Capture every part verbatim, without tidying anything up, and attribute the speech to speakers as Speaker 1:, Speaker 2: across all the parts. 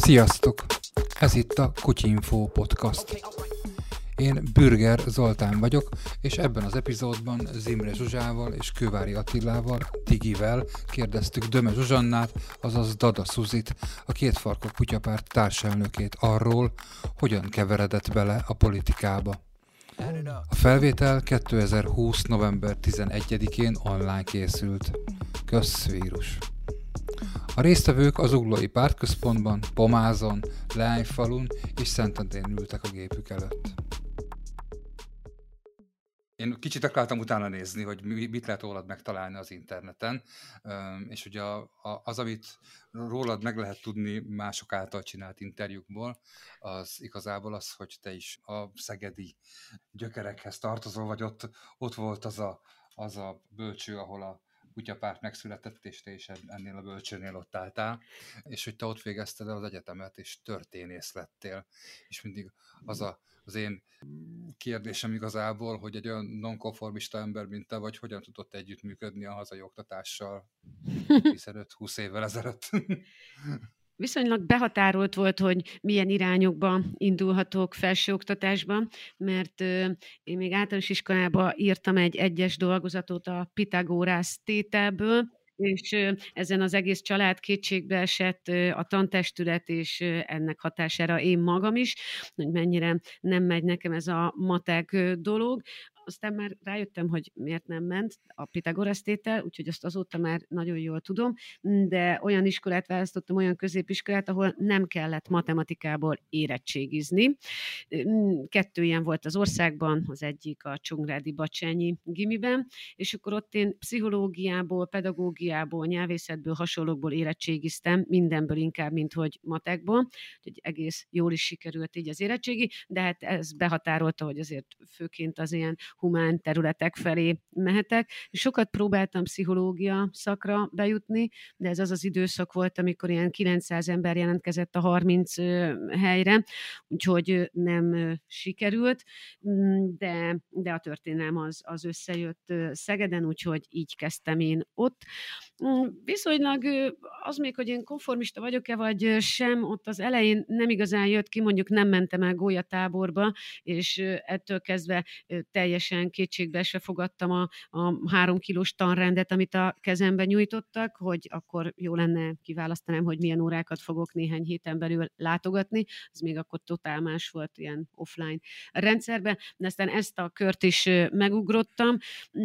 Speaker 1: Sziasztok! Ez itt a Kutyinfo podcast. Én Bürger Zoltán vagyok, és ebben az epizódban Zimre Zsuzsával és Kővári Attilával, Digivel kérdeztük Döme Zsuzsannát, azaz Dada Szuzit, a Kétfarkú Kutyapárt társelnökét arról, hogyan keveredett bele a politikába. A felvétel kétezer-húsz. november tizenegyedikén online készült. Kösz vírus! A résztvevők az Zuglói Pártközpontban, Pomázon, Leányfalun és Szentendrén ültek a gépük előtt. Én kicsit akartam utána nézni, hogy mit lehet rólad megtalálni az interneten, és ugye az, amit rólad meg lehet tudni mások által csinált interjúkból, az igazából az, hogy te is a szegedi gyökerekhez tartozol, vagy ott, ott volt az a, az a bölcső, ahol a kutyapárt megszületett, és te is ennél a bölcsőnél ott álltál, és hogy te ott végezted el az egyetemet, és történész lettél. És mindig az a, az én kérdésem igazából, hogy egy olyan nonkonformista ember, mint te vagy, hogyan tudott együttműködni a hazai oktatással tizenöt-húsz évvel ezelőtt.
Speaker 2: Viszonylag behatárolt volt, hogy milyen irányokba indulhatok felsőoktatásban, mert euh, én még általános iskolában írtam egy egyes dolgozatot a Pitagórász tételből, és euh, ezen az egész család kétségbe esett euh, a tantestület, és euh, ennek hatására én magam is, hogy mennyire nem megy nekem ez a matek euh, dolog. Aztán már rájöttem, hogy miért nem ment a Pitagorasz tétel, úgyhogy azt azóta már nagyon jól tudom, de olyan iskolát választottam, olyan középiskolát, ahol nem kellett matematikából érettségizni. Kettő ilyen volt az országban, az egyik a Csongrádi Bacsányi gimiben, és akkor ott én pszichológiából, pedagógiából, nyelvészetből, hasonlókból érettségiztem, mindenből inkább, mint hogy matekból, úgyhogy egész jól is sikerült így az érettségi, de hát ez behatárolta, hogy azért főként az ilyen humán területek felé mehetek. Sokat próbáltam pszichológia szakra bejutni, de ez az az időszak volt, amikor ilyen kilencszáz ember jelentkezett a harminc helyre, úgyhogy nem sikerült, de, de a történelem az, az összejött Szegeden, úgyhogy így kezdtem én ott. Viszonylag az még, hogy én konformista vagyok-e, vagy sem, ott az elején nem igazán jött ki, mondjuk nem mentem el gólyatáborba, és ettől kezdve teljesen kétségbeesve fogadtam a, a három kilós tanrendet, amit a kezembe nyújtottak, hogy akkor jó lenne kiválasztanám, hogy milyen órákat fogok néhány héten belül látogatni. Ez még akkor totál más volt, ilyen offline rendszerben, de aztán ezt a kört is megugrottam.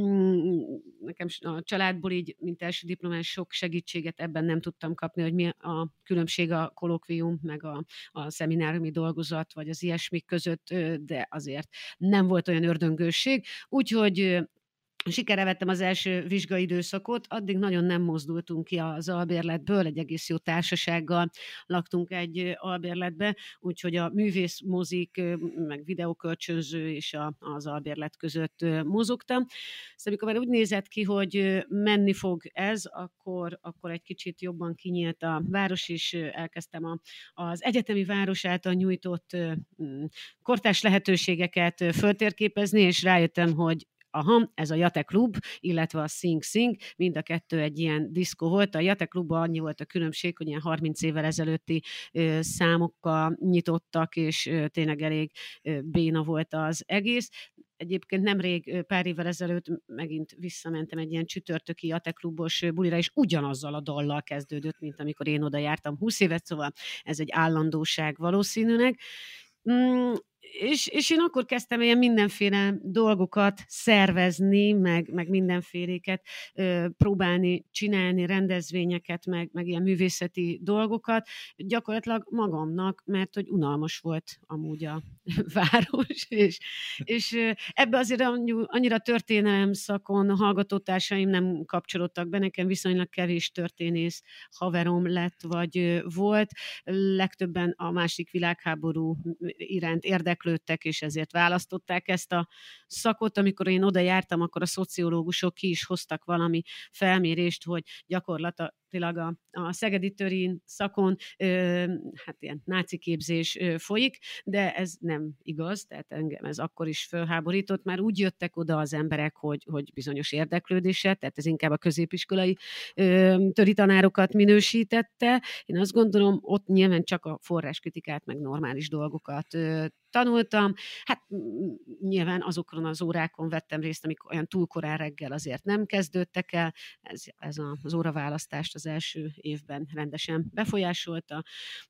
Speaker 2: Nekem a családból így, mint első diplomás, sok segítséget ebben nem tudtam kapni, hogy mi a különbség a kolokvium, meg a, a szemináriumi dolgozat, vagy az ilyesmik között, de azért nem volt olyan ördöngőség, úgyhogy sikerre vettem az első vizsgai időszakot, addig nagyon nem mozdultunk ki az albérletből, egy egész jó társasággal laktunk egy albérletbe, úgyhogy a művészmozik, meg videókölcsönző és a, az albérlet között mozogtam. Szóval amikor már úgy nézett ki, hogy menni fog ez, akkor, akkor egy kicsit jobban kinyílt a város, és elkezdtem a, az egyetemi város által nyújtott kortárs lehetőségeket föltérképezni, és rájöttem, hogy aha, ez a Jate Klub, illetve a Sing Sing, mind a kettő egy ilyen diszkó volt. A Jate Klubban annyi volt a különbség, hogy ilyen harminc évvel ezelőtti ö, számokkal nyitottak, és ö, tényleg elég ö, béna volt az egész. Egyébként nemrég, pár évvel ezelőtt megint visszamentem egy ilyen csütörtöki Jate Klubos bulira, és ugyanazzal a dallal kezdődött, mint amikor én oda jártam húsz évet, szóval ez egy állandóság valószínűleg. Mm, És, és én akkor kezdtem ilyen mindenféle dolgokat szervezni, meg, meg mindenféléket ö, próbálni csinálni, rendezvényeket, meg, meg ilyen művészeti dolgokat, gyakorlatilag magamnak, mert hogy unalmas volt amúgy a város, és, és ebbe azért annyira történelem szakon hallgatótársaim nem kapcsolódtak be, nekem viszonylag kevés történész haverom lett, vagy volt, legtöbben a második világháború iránt érdeklődtek, és ezért választották ezt a szakot. Amikor én oda jártam, akkor a szociológusok ki is hoztak valami felmérést, hogy gyakorlatilag a, a Szegedi Törin szakon ö, hát ilyen náci képzés ö, folyik, de ez nem igaz, tehát engem ez akkor is fölháborított, már úgy jöttek oda az emberek, hogy, hogy bizonyos érdeklődése, tehát ez inkább a középiskolai ö, töri tanárokat minősítette. Én azt gondolom, ott nyilván csak a forráskritikát, meg normális dolgokat ö, tanultam. Hát nyilván azokon az órákon vettem részt, amik olyan túl korán reggel azért nem kezdődtek el. Ez, ez az óraválasztást az első évben rendesen befolyásolta.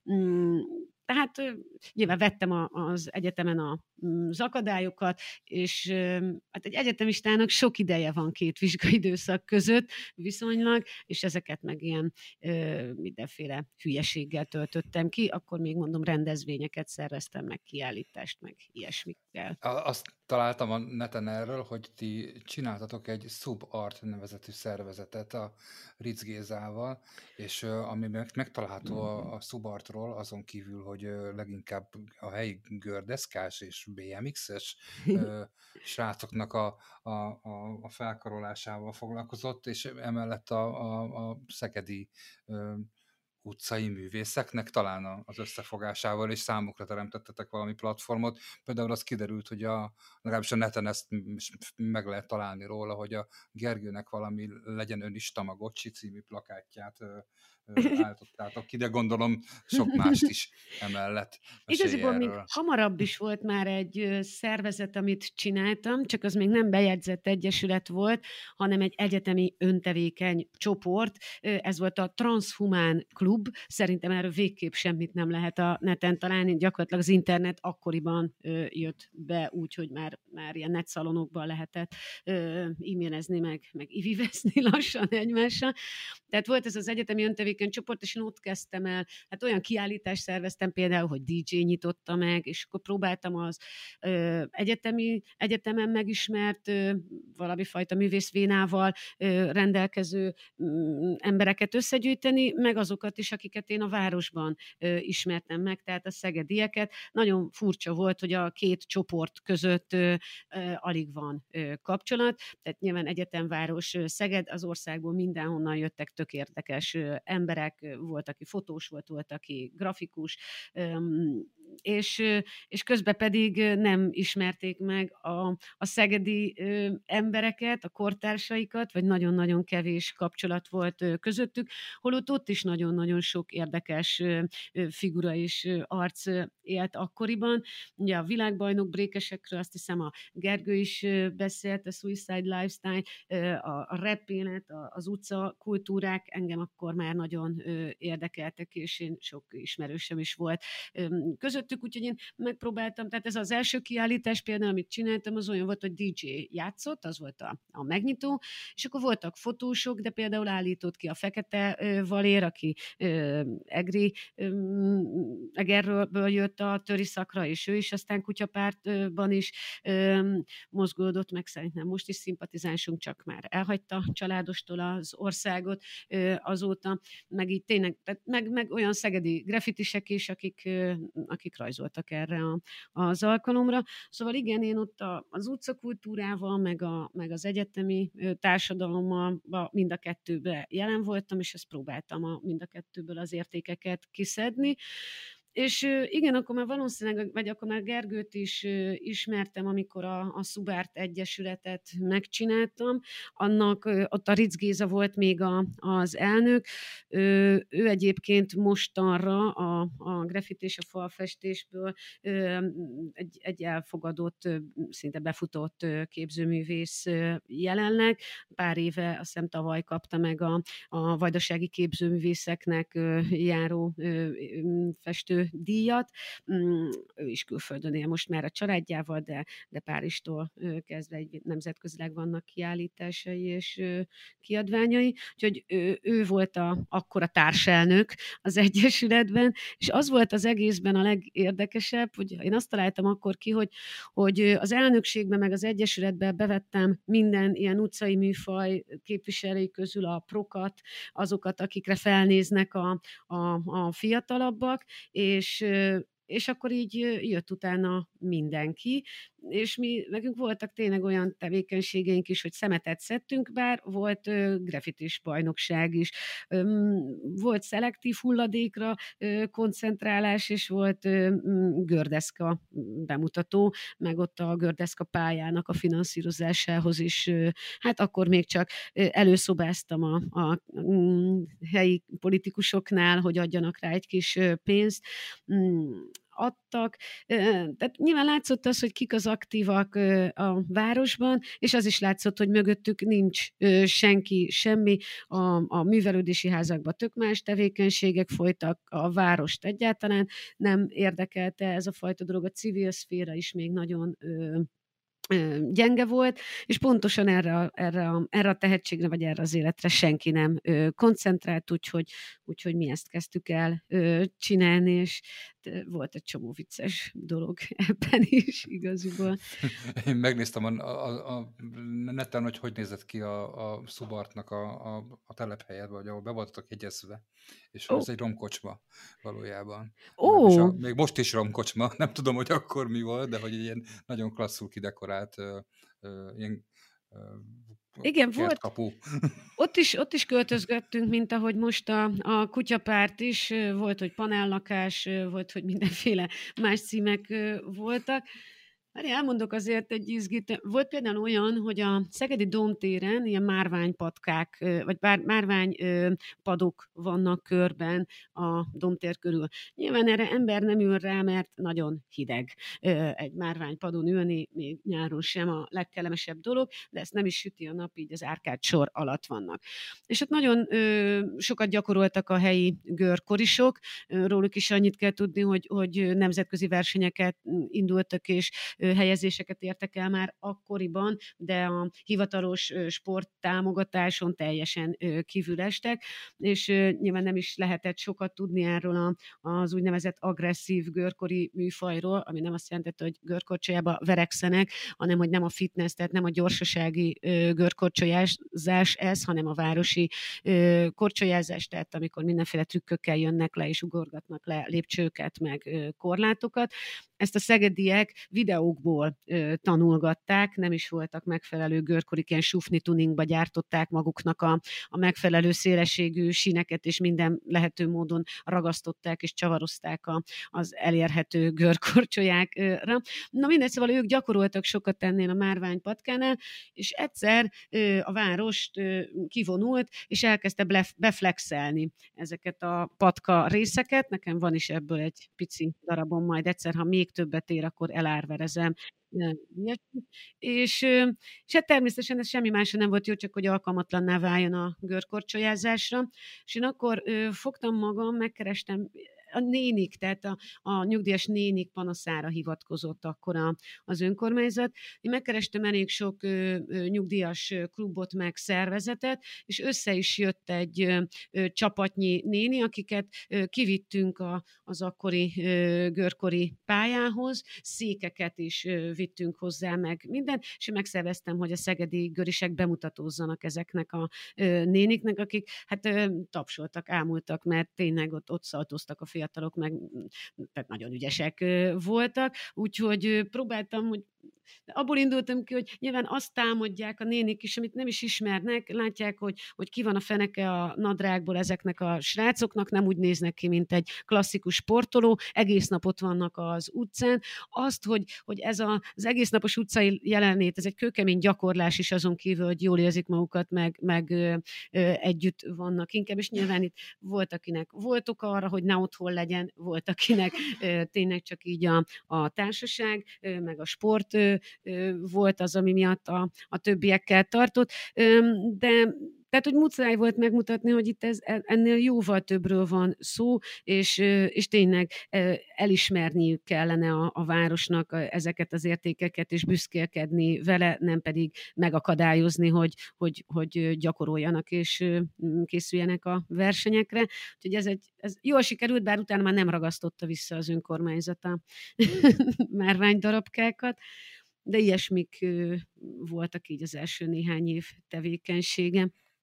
Speaker 2: Tehát nyilván vettem a, az egyetemen a, az akadályokat, és hát egy egyetemistának sok ideje van két vizsgaidőszak között viszonylag, és ezeket meg ilyen ö, mindenféle hülyeséggel töltöttem ki, akkor még mondom rendezvényeket szerveztem, meg kiállítást, meg ilyesmikkel.
Speaker 1: Azt találtam a neten erről, hogy ti csináltatok egy SubArt nevezetű szervezetet a Ritz Gézával, és ami megtalálható a, a SubArtról, azon kívül, hogy leginkább a helyi gördeszkás és bé em iksz-es srácoknak a, a, a, a felkarolásával foglalkozott, és emellett a, a, a szegedi utcai művészeknek talán az összefogásával, és számukra teremtettetek valami platformot. Például az kiderült, hogy a, legalábbis a neten ezt meg lehet találni róla, hogy a Gergőnek valami Legyen ön is Tamagocsi című plakátját állítottátok ki, de gondolom sok mást is emellett.
Speaker 2: Igazából még hamarabb is volt már egy szervezet, amit csináltam, csak az még nem bejegyzett egyesület volt, hanem egy egyetemi öntevékeny csoport. Ez volt a Transhumán Klub. Szerintem erről végképp semmit nem lehet a neten találni. Gyakorlatilag az internet akkoriban jött be úgy, hogy már, már ilyen netszalonokban lehetett e-mailezni, meg, meg ivivezni lassan egymással. Tehát volt ez az egyetemi öntevékeny csoport, és én ott kezdtem el, hát olyan kiállítást szerveztem például, hogy dé dzsé nyitotta meg, és akkor próbáltam az ö, egyetemi, egyetemen megismert ö, valami fajta művészvénával ö, rendelkező ö, embereket összegyűjteni, meg azokat is, akiket én a városban ö, ismertem meg, tehát a szegedieket. Nagyon furcsa volt, hogy a két csoport között ö, ö, alig van ö, kapcsolat, tehát nyilván egyetemváros ö, Szeged, az országból mindenhonnan jöttek tök érdekes ö, emberek, volt, aki fotós volt, volt, aki grafikus, és, és közben pedig nem ismerték meg a, a szegedi embereket, a kortársaikat, vagy nagyon-nagyon kevés kapcsolat volt közöttük, holott ott is nagyon-nagyon sok érdekes figura és arc élt akkoriban. Ugye a világbajnok brékesekről azt hiszem a Gergő is beszélt, a Suicide Lifestyle, a, a rap élet, az utca kultúrák engem akkor már nagyon érdekeltek, és én sok ismerősöm is volt közöttük, úgyhogy én megpróbáltam, tehát ez az első kiállítás például, amit csináltam, az olyan volt, hogy dé dzsé játszott, az volt a, a megnyitó, és akkor voltak fotósok, de például állított ki a Fekete Valér, aki Egri, Egerről jött a töri szakra, és ő is aztán kutyapártban is mozgódott, meg szerintem most is szimpatizánsunk, csak már elhagyta a családostól az országot azóta, meg így tényleg, meg, meg olyan szegedi graffitisek is, akik, akik rajzoltak erre a, az alkalomra. Szóval igen, én ott a, az utcakultúrával, meg, a, meg az egyetemi társadalommal mind a kettőben jelen voltam, és ezt próbáltam a, mind a kettőből az értékeket kiszedni. És igen, akkor már valószínűleg, vagy akkor már Gergőt is ismertem, amikor a, a SubArt Egyesületet megcsináltam. Annak ott a Ritz Géza volt még a, az elnök. Ő, ő egyébként mostanra a, a graffiti és a falfestésből egy, egy elfogadott, szinte befutott képzőművész jelenleg. Pár éve, azt hiszem tavaly kapta meg a, a vajdasági képzőművészeknek járó festő díjat. Ő is külföldön él most már a családjával, de, de Párizstól kezdve egy nemzetközileg vannak kiállításai és kiadványai. Úgyhogy ő, ő volt a, akkor a társelnök az Egyesületben, és az volt az egészben a legérdekesebb, hogy én azt találtam akkor ki, hogy, hogy az elnökségben meg az Egyesületben bevettem minden ilyen utcai műfaj képviselői közül a prokat, azokat, akikre felnéznek a, a, a fiatalabbak, és és akkor így jött utána mindenki, és mi, nekünk voltak tényleg olyan tevékenységeink is, hogy szemetet szedtünk, bár volt ö, graffitis bajnokság is. Öm, volt szelektív hulladékra ö, koncentrálás, és volt ö, gördeszka bemutató, meg ott a gördeszka pályának a finanszírozásához is, ö, hát akkor még csak ö, előszobáztam a, a, a helyi politikusoknál, hogy adjanak rá egy kis ö, pénzt. Mm, adtak. Tehát nyilván látszott az, hogy kik az aktívak a városban, és az is látszott, hogy mögöttük nincs senki, semmi. A, a művelődési házakban tök más tevékenységek folytak, a várost egyáltalán nem érdekelte ez a fajta dolog, a civil szféra is még nagyon gyenge volt, és pontosan erre a, erre, a, erre a tehetségre, vagy erre az életre senki nem ö, koncentrált, úgyhogy, úgyhogy mi ezt kezdtük el ö, csinálni, és volt egy csomó vicces dolog ebben is igaziból.
Speaker 1: Én megnéztem a, a, a neten, hogy hogy nézett ki a, a Szubartnak a, a, a telephelye, vagy ahol be voltatok jegyezve, és oh. ez egy romkocsma valójában.
Speaker 2: Oh.
Speaker 1: És a, még most is romkocsma, nem tudom, hogy akkor mi volt, de hogy ilyen nagyon klasszul kidekorált ö, ö, ilyen ö,
Speaker 2: igen, volt. Ott is, ott is költözgöttünk, mint ahogy most a, a kutyapárt is. Volt, hogy panellakás, volt, hogy mindenféle más címek voltak. Várj, elmondok azért egy izgit. Volt például olyan, hogy a Szegedi Dómtéren ilyen márványpatkák, vagy bár, márványpadok vannak körben a Dómtér körül. Nyilván erre ember nem ül rá, mert nagyon hideg egy márványpadon ülni, még nyáron sem a legkellemesebb dolog, de ezt nem is süti a nap, így az árkád sor alatt vannak. És ott nagyon ö, sokat gyakoroltak a helyi görkorisok, róluk is annyit kell tudni, hogy, hogy nemzetközi versenyeket indultak, és helyezéseket értek el már akkoriban, de a hivatalos sporttámogatáson teljesen kívül estek, és nyilván nem is lehetett sokat tudni erről a, az úgynevezett agresszív görkori műfajról, ami nem azt jelenti, hogy görkorcsolyába verekszenek, hanem hogy nem a fitness, tehát nem a gyorsasági görkorcsolyázás ez, hanem a városi korcsolyázás, tehát amikor mindenféle trükkökkel jönnek le és ugorgatnak le lépcsőket, meg korlátokat. Ezt a szegediek videókból ö, tanulgatták, nem is voltak megfelelő görkorik, ilyen sufni tuningba gyártották maguknak a, a megfelelő szélességű síneket, és minden lehető módon ragasztották és csavarozták a, az elérhető görkorcsolyákra. Na mindegy, szóval ők gyakoroltak sokat ennél a márványpatkánál, és egyszer ö, a várost ö, kivonult, és elkezdte blef, beflexelni ezeket a patka részeket. Nekem van is ebből egy pici darabom, majd egyszer, ha még többet ér, akkor elárverezem. És, és hát természetesen ez semmi másra nem volt jó, csak hogy alkalmatlanná váljon a görkorcsolyázásra. És én akkor ö, fogtam magam, megkerestem a nénik, tehát a, a nyugdíjas nénik panaszára hivatkozott akkor a, az önkormányzat. Én megkerestem elég sok ö, ö, nyugdíjas klubot meg szervezetet, és össze is jött egy ö, ö, csapatnyi néni, akiket ö, kivittünk a, az akkori ö, görkori pályához, székeket is ö, vittünk hozzá, meg minden, és én megszerveztem, hogy a szegedi görisek bemutatózzanak ezeknek a ö, néniknek, akik hát ö, tapsoltak, ámultak, mert tényleg ott, ott szaltoztak a fiatalok, meg tehát nagyon ügyesek voltak, úgyhogy próbáltam, hogy abból indultam ki, hogy nyilván azt támadják a nénik is, amit nem is ismernek, látják, hogy, hogy ki van a feneke a nadrágból ezeknek a srácoknak, nem úgy néznek ki, mint egy klasszikus sportoló, egész nap ott vannak az utcán. Azt, hogy, hogy ez a, az egész napos utcai jelenlét, ez egy kőkemény gyakorlás is azon kívül, hogy jól érzik magukat, meg, meg ö, ö, együtt vannak inkább, és nyilván itt volt, akinek volt oka arra, hogy ne otthon legyen, volt, akinek ö, tényleg csak így a, a társaság, ö, meg a sport ö, volt az, ami miatt a, a többiekkel tartott, de tehát, hogy muszáj volt megmutatni, hogy itt ez, ennél jóval többről van szó, és, és tényleg elismerniük kellene a, a városnak ezeket az értékeket, és büszkélkedni vele, nem pedig megakadályozni, hogy, hogy, hogy gyakoroljanak, és készüljenek a versenyekre. Úgyhogy ez, egy, ez jól sikerült, bár utána már nem ragasztotta vissza az önkormányzat a márványdarabkákat, de ilyesmik voltak így az első néhány év tevékenysége.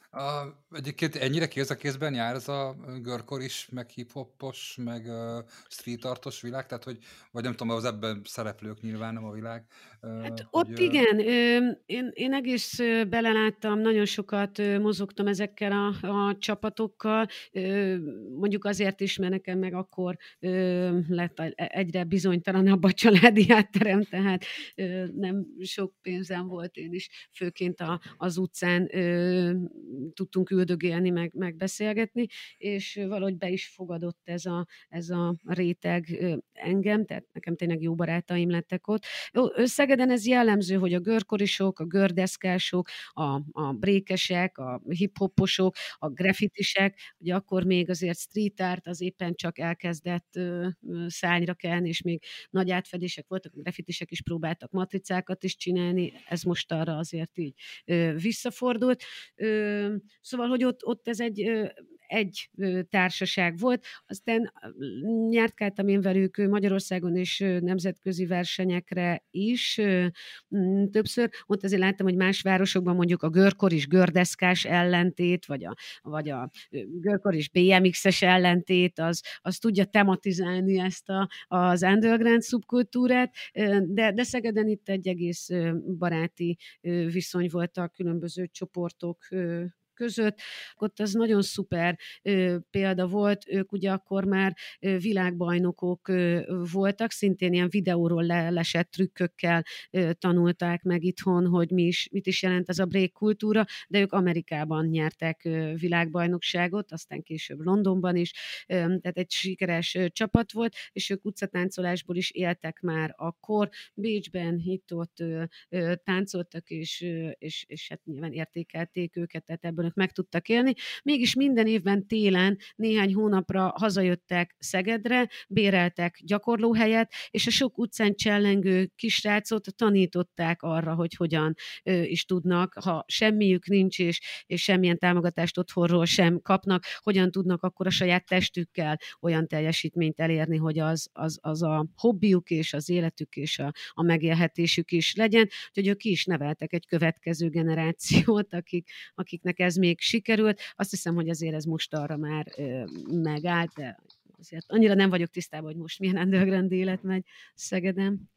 Speaker 1: A, egyébként ennyire kéz a kézben jár ez a görkor is, meg hip-hopos, meg uh, street artos világ, tehát hogy, vagy nem tudom, az ebben szereplők nyilván, nem a világ, uh,
Speaker 2: Hát
Speaker 1: hogy...
Speaker 2: ott
Speaker 1: Uh,
Speaker 2: igen, ö, én, én egész ö, beleláttam, nagyon sokat ö, mozogtam ezekkel a, a csapatokkal, ö, mondjuk azért is, mert nekem meg akkor ö, lett a- egyre bizonytalanabb a családi hátterem, tehát ö, nem sok pénzem volt, én is főként a, az utcán ö, tudtunk üldögélni, meg, meg beszélgetni, és valahogy be is fogadott ez a, ez a réteg ö, engem, tehát nekem tényleg jó barátaim lettek ott. Jó, Szegeden ez jellemző, hogy a görkorisok, a gördeszkások, a, a brékesek, a hip-hoposok, a graffitisek, ugye akkor még azért street art az éppen csak elkezdett ö, ö, szányra kelni, és még nagy átfedések voltak, a graffitisek is próbáltak matricákat is csinálni, ez most arra azért így ö, visszafordult. Ö, szóval, hogy ott, ott ez egy ö, egy ö, társaság volt, aztán ö, járkáltam én velük ö, Magyarországon és ö, nemzetközi versenyekre is ö, m, többször. Ott azért láttam, hogy más városokban mondjuk a görkor is gördeszkás ellentét, vagy a, vagy a ö, görkor is bé em iksz-es ellentét, az, az tudja tematizálni ezt a, az underground szubkultúrát, ö, de, de Szegeden itt egy egész ö, baráti ö, viszony volt a különböző csoportok ö, között. Ott az nagyon szuper ö, példa volt, ők ugye akkor már ö, világbajnokok ö, voltak, szintén ilyen videóról le, lesett trükkökkel ö, tanulták meg itthon, hogy mi is, mit is jelent ez a break kultúra, de ők Amerikában nyertek ö, világbajnokságot, aztán később Londonban is, ö, tehát egy sikeres ö, csapat volt, és ők utcatáncolásból is éltek már akkor, Bécsben, itt-ott ö, ö, táncoltak, és, ö, és, és hát nyilván értékelték őket, tehát ebből ők meg tudtak élni. Mégis minden évben télen néhány hónapra hazajöttek Szegedre, béreltek gyakorlóhelyet, és a sok utcán csellengő kisrácot tanították arra, hogy hogyan ö, is tudnak, ha semmiük nincs, és, és semmilyen támogatást otthonról sem kapnak, hogyan tudnak akkor a saját testükkel olyan teljesítményt elérni, hogy az, az, az a hobbiuk és az életük és a, a megélhetésük is legyen, hogy ők ki is neveltek egy következő generációt, akik, akiknek ez még sikerült. Azt hiszem, hogy azért ez most arra már ö, megállt, de azért annyira nem vagyok tisztában, hogy most milyen underground élet megy Szegeden.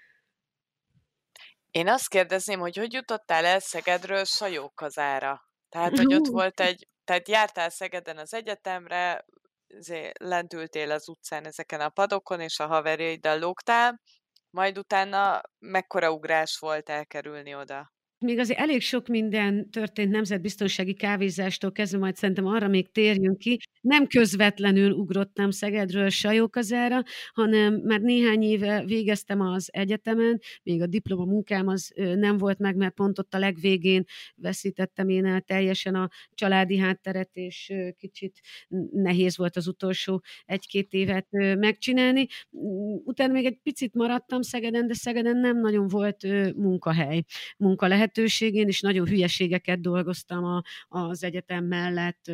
Speaker 3: Én azt kérdezném, hogy hogy jutottál el Szegedről Sajókazára? Tehát, hogy ott volt egy, tehát jártál Szegeden az egyetemre, lent ültél az utcán ezeken a padokon, és a haverjaiddal lógtál, majd utána mekkora ugrás volt elkerülni oda?
Speaker 2: Még azért elég sok minden történt nemzetbiztonsági kávézástól kezdve, majd szerintem arra még térjünk ki. Nem közvetlenül ugrottam Szegedről Sajókazára, hanem már néhány éve végeztem az egyetemen, még a diplomamunkám az nem volt meg, mert pont ott a legvégén veszítettem én el teljesen a családi hátteret, és kicsit nehéz volt az utolsó egy-két évet megcsinálni. Utána még egy picit maradtam Szegeden, de Szegeden nem nagyon volt munkahely, munka lehet. Lehetőségén, és nagyon hülyeségeket dolgoztam a, az egyetem mellett.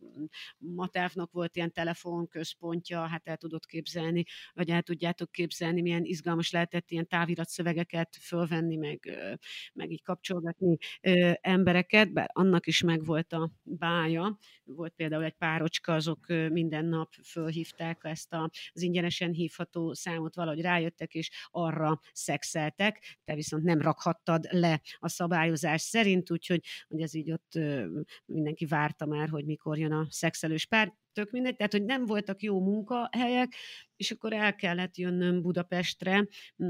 Speaker 2: Matávnak volt ilyen telefonközpontja, hát el tudod képzelni, vagy el tudjátok képzelni, milyen izgalmas lehetett ilyen táviratszövegeket fölvenni, meg, meg így kapcsolgatni embereket, bár annak is megvolt a bája. Volt például egy párocska, azok minden nap fölhívták ezt a, az ingyenesen hívható számot, valahogy rájöttek, és arra szexeltek, te viszont nem rakhattad le a szabályozás szerint, úgyhogy hogy ez így ott mindenki várta már, hogy mikor jön a szexelős pár, tök mindegy, tehát hogy nem voltak jó munkahelyek, és akkor el kellett jönnöm Budapestre.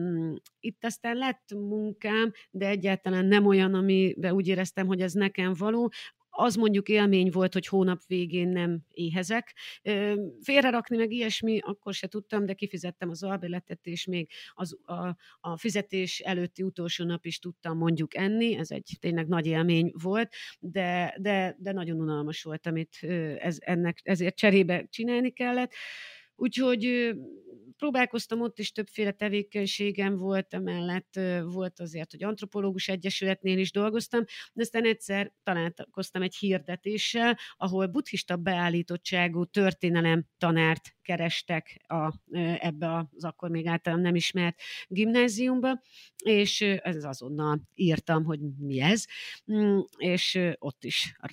Speaker 2: Itt aztán lett munkám, de egyáltalán nem olyan, amiben úgy éreztem, hogy ez nekem való. Az mondjuk élmény volt, hogy hónap végén nem éhezek. Félrerakni meg ilyesmi, akkor se tudtam, de kifizettem az albérletet, és még az, a, a fizetés előtti utolsó nap is tudtam mondjuk enni. Ez egy tényleg nagy élmény volt, de, de, de nagyon unalmas volt, amit ez, ennek, ezért cserébe csinálni kellett. Úgyhogy próbálkoztam, ott is többféle tevékenységem volt, emellett volt azért, hogy antropológus egyesületnél is dolgoztam, de aztán egyszer találkoztam egy hirdetéssel, ahol buddhista beállítottságú történelem tanárt kerestek a, ebbe az akkor még általán nem ismert gimnáziumba, és ez azonnal írtam, hogy mi ez, és ott is ragadt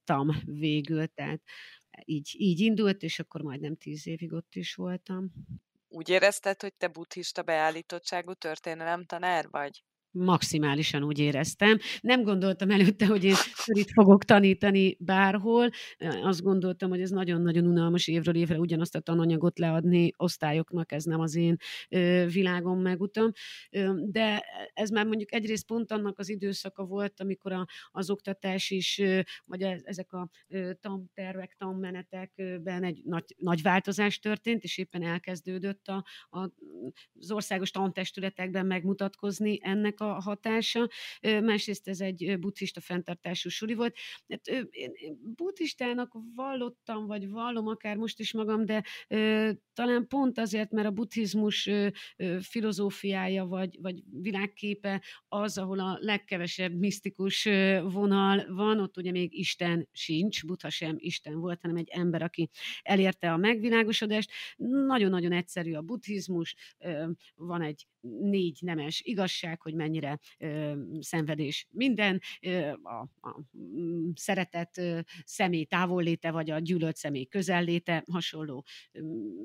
Speaker 2: maradtam végül, tehát így, így indult, és akkor majdnem tíz évig ott is voltam.
Speaker 3: Úgy érezted, hogy te buddhista beállítottságú történelemtanár vagy?
Speaker 2: Maximálisan úgy éreztem. Nem gondoltam előtte, hogy én törit fogok tanítani bárhol. Azt gondoltam, hogy ez nagyon-nagyon unalmas évről évre ugyanazt a tananyagot leadni osztályoknak, ez nem az én világom, megutam. De ez már mondjuk egyrészt pont annak az időszaka volt, amikor a, az oktatás is, vagy ezek a tantervek, tanmenetekben egy nagy, nagy változás történt, és éppen elkezdődött a, a, az országos tantestületekben megmutatkozni ennek a a hatása. Másrészt ez egy buddhista fenntartású suli volt. Hát, én buddhistának vallottam, vagy vallom akár most is magam, de talán pont azért, mert a buddhizmus filozófiája, vagy, vagy világképe az, ahol a legkevesebb misztikus vonal van, ott ugye még Isten sincs, Buddha sem Isten volt, hanem egy ember, aki elérte a megvilágosodást. Nagyon-nagyon egyszerű a buddhizmus, van egy négy nemes igazság, hogy mennyire ö, szenvedés minden, ö, a, a szeretett ö, személy távolléte, vagy a gyűlölt személy közelléte, hasonló ö,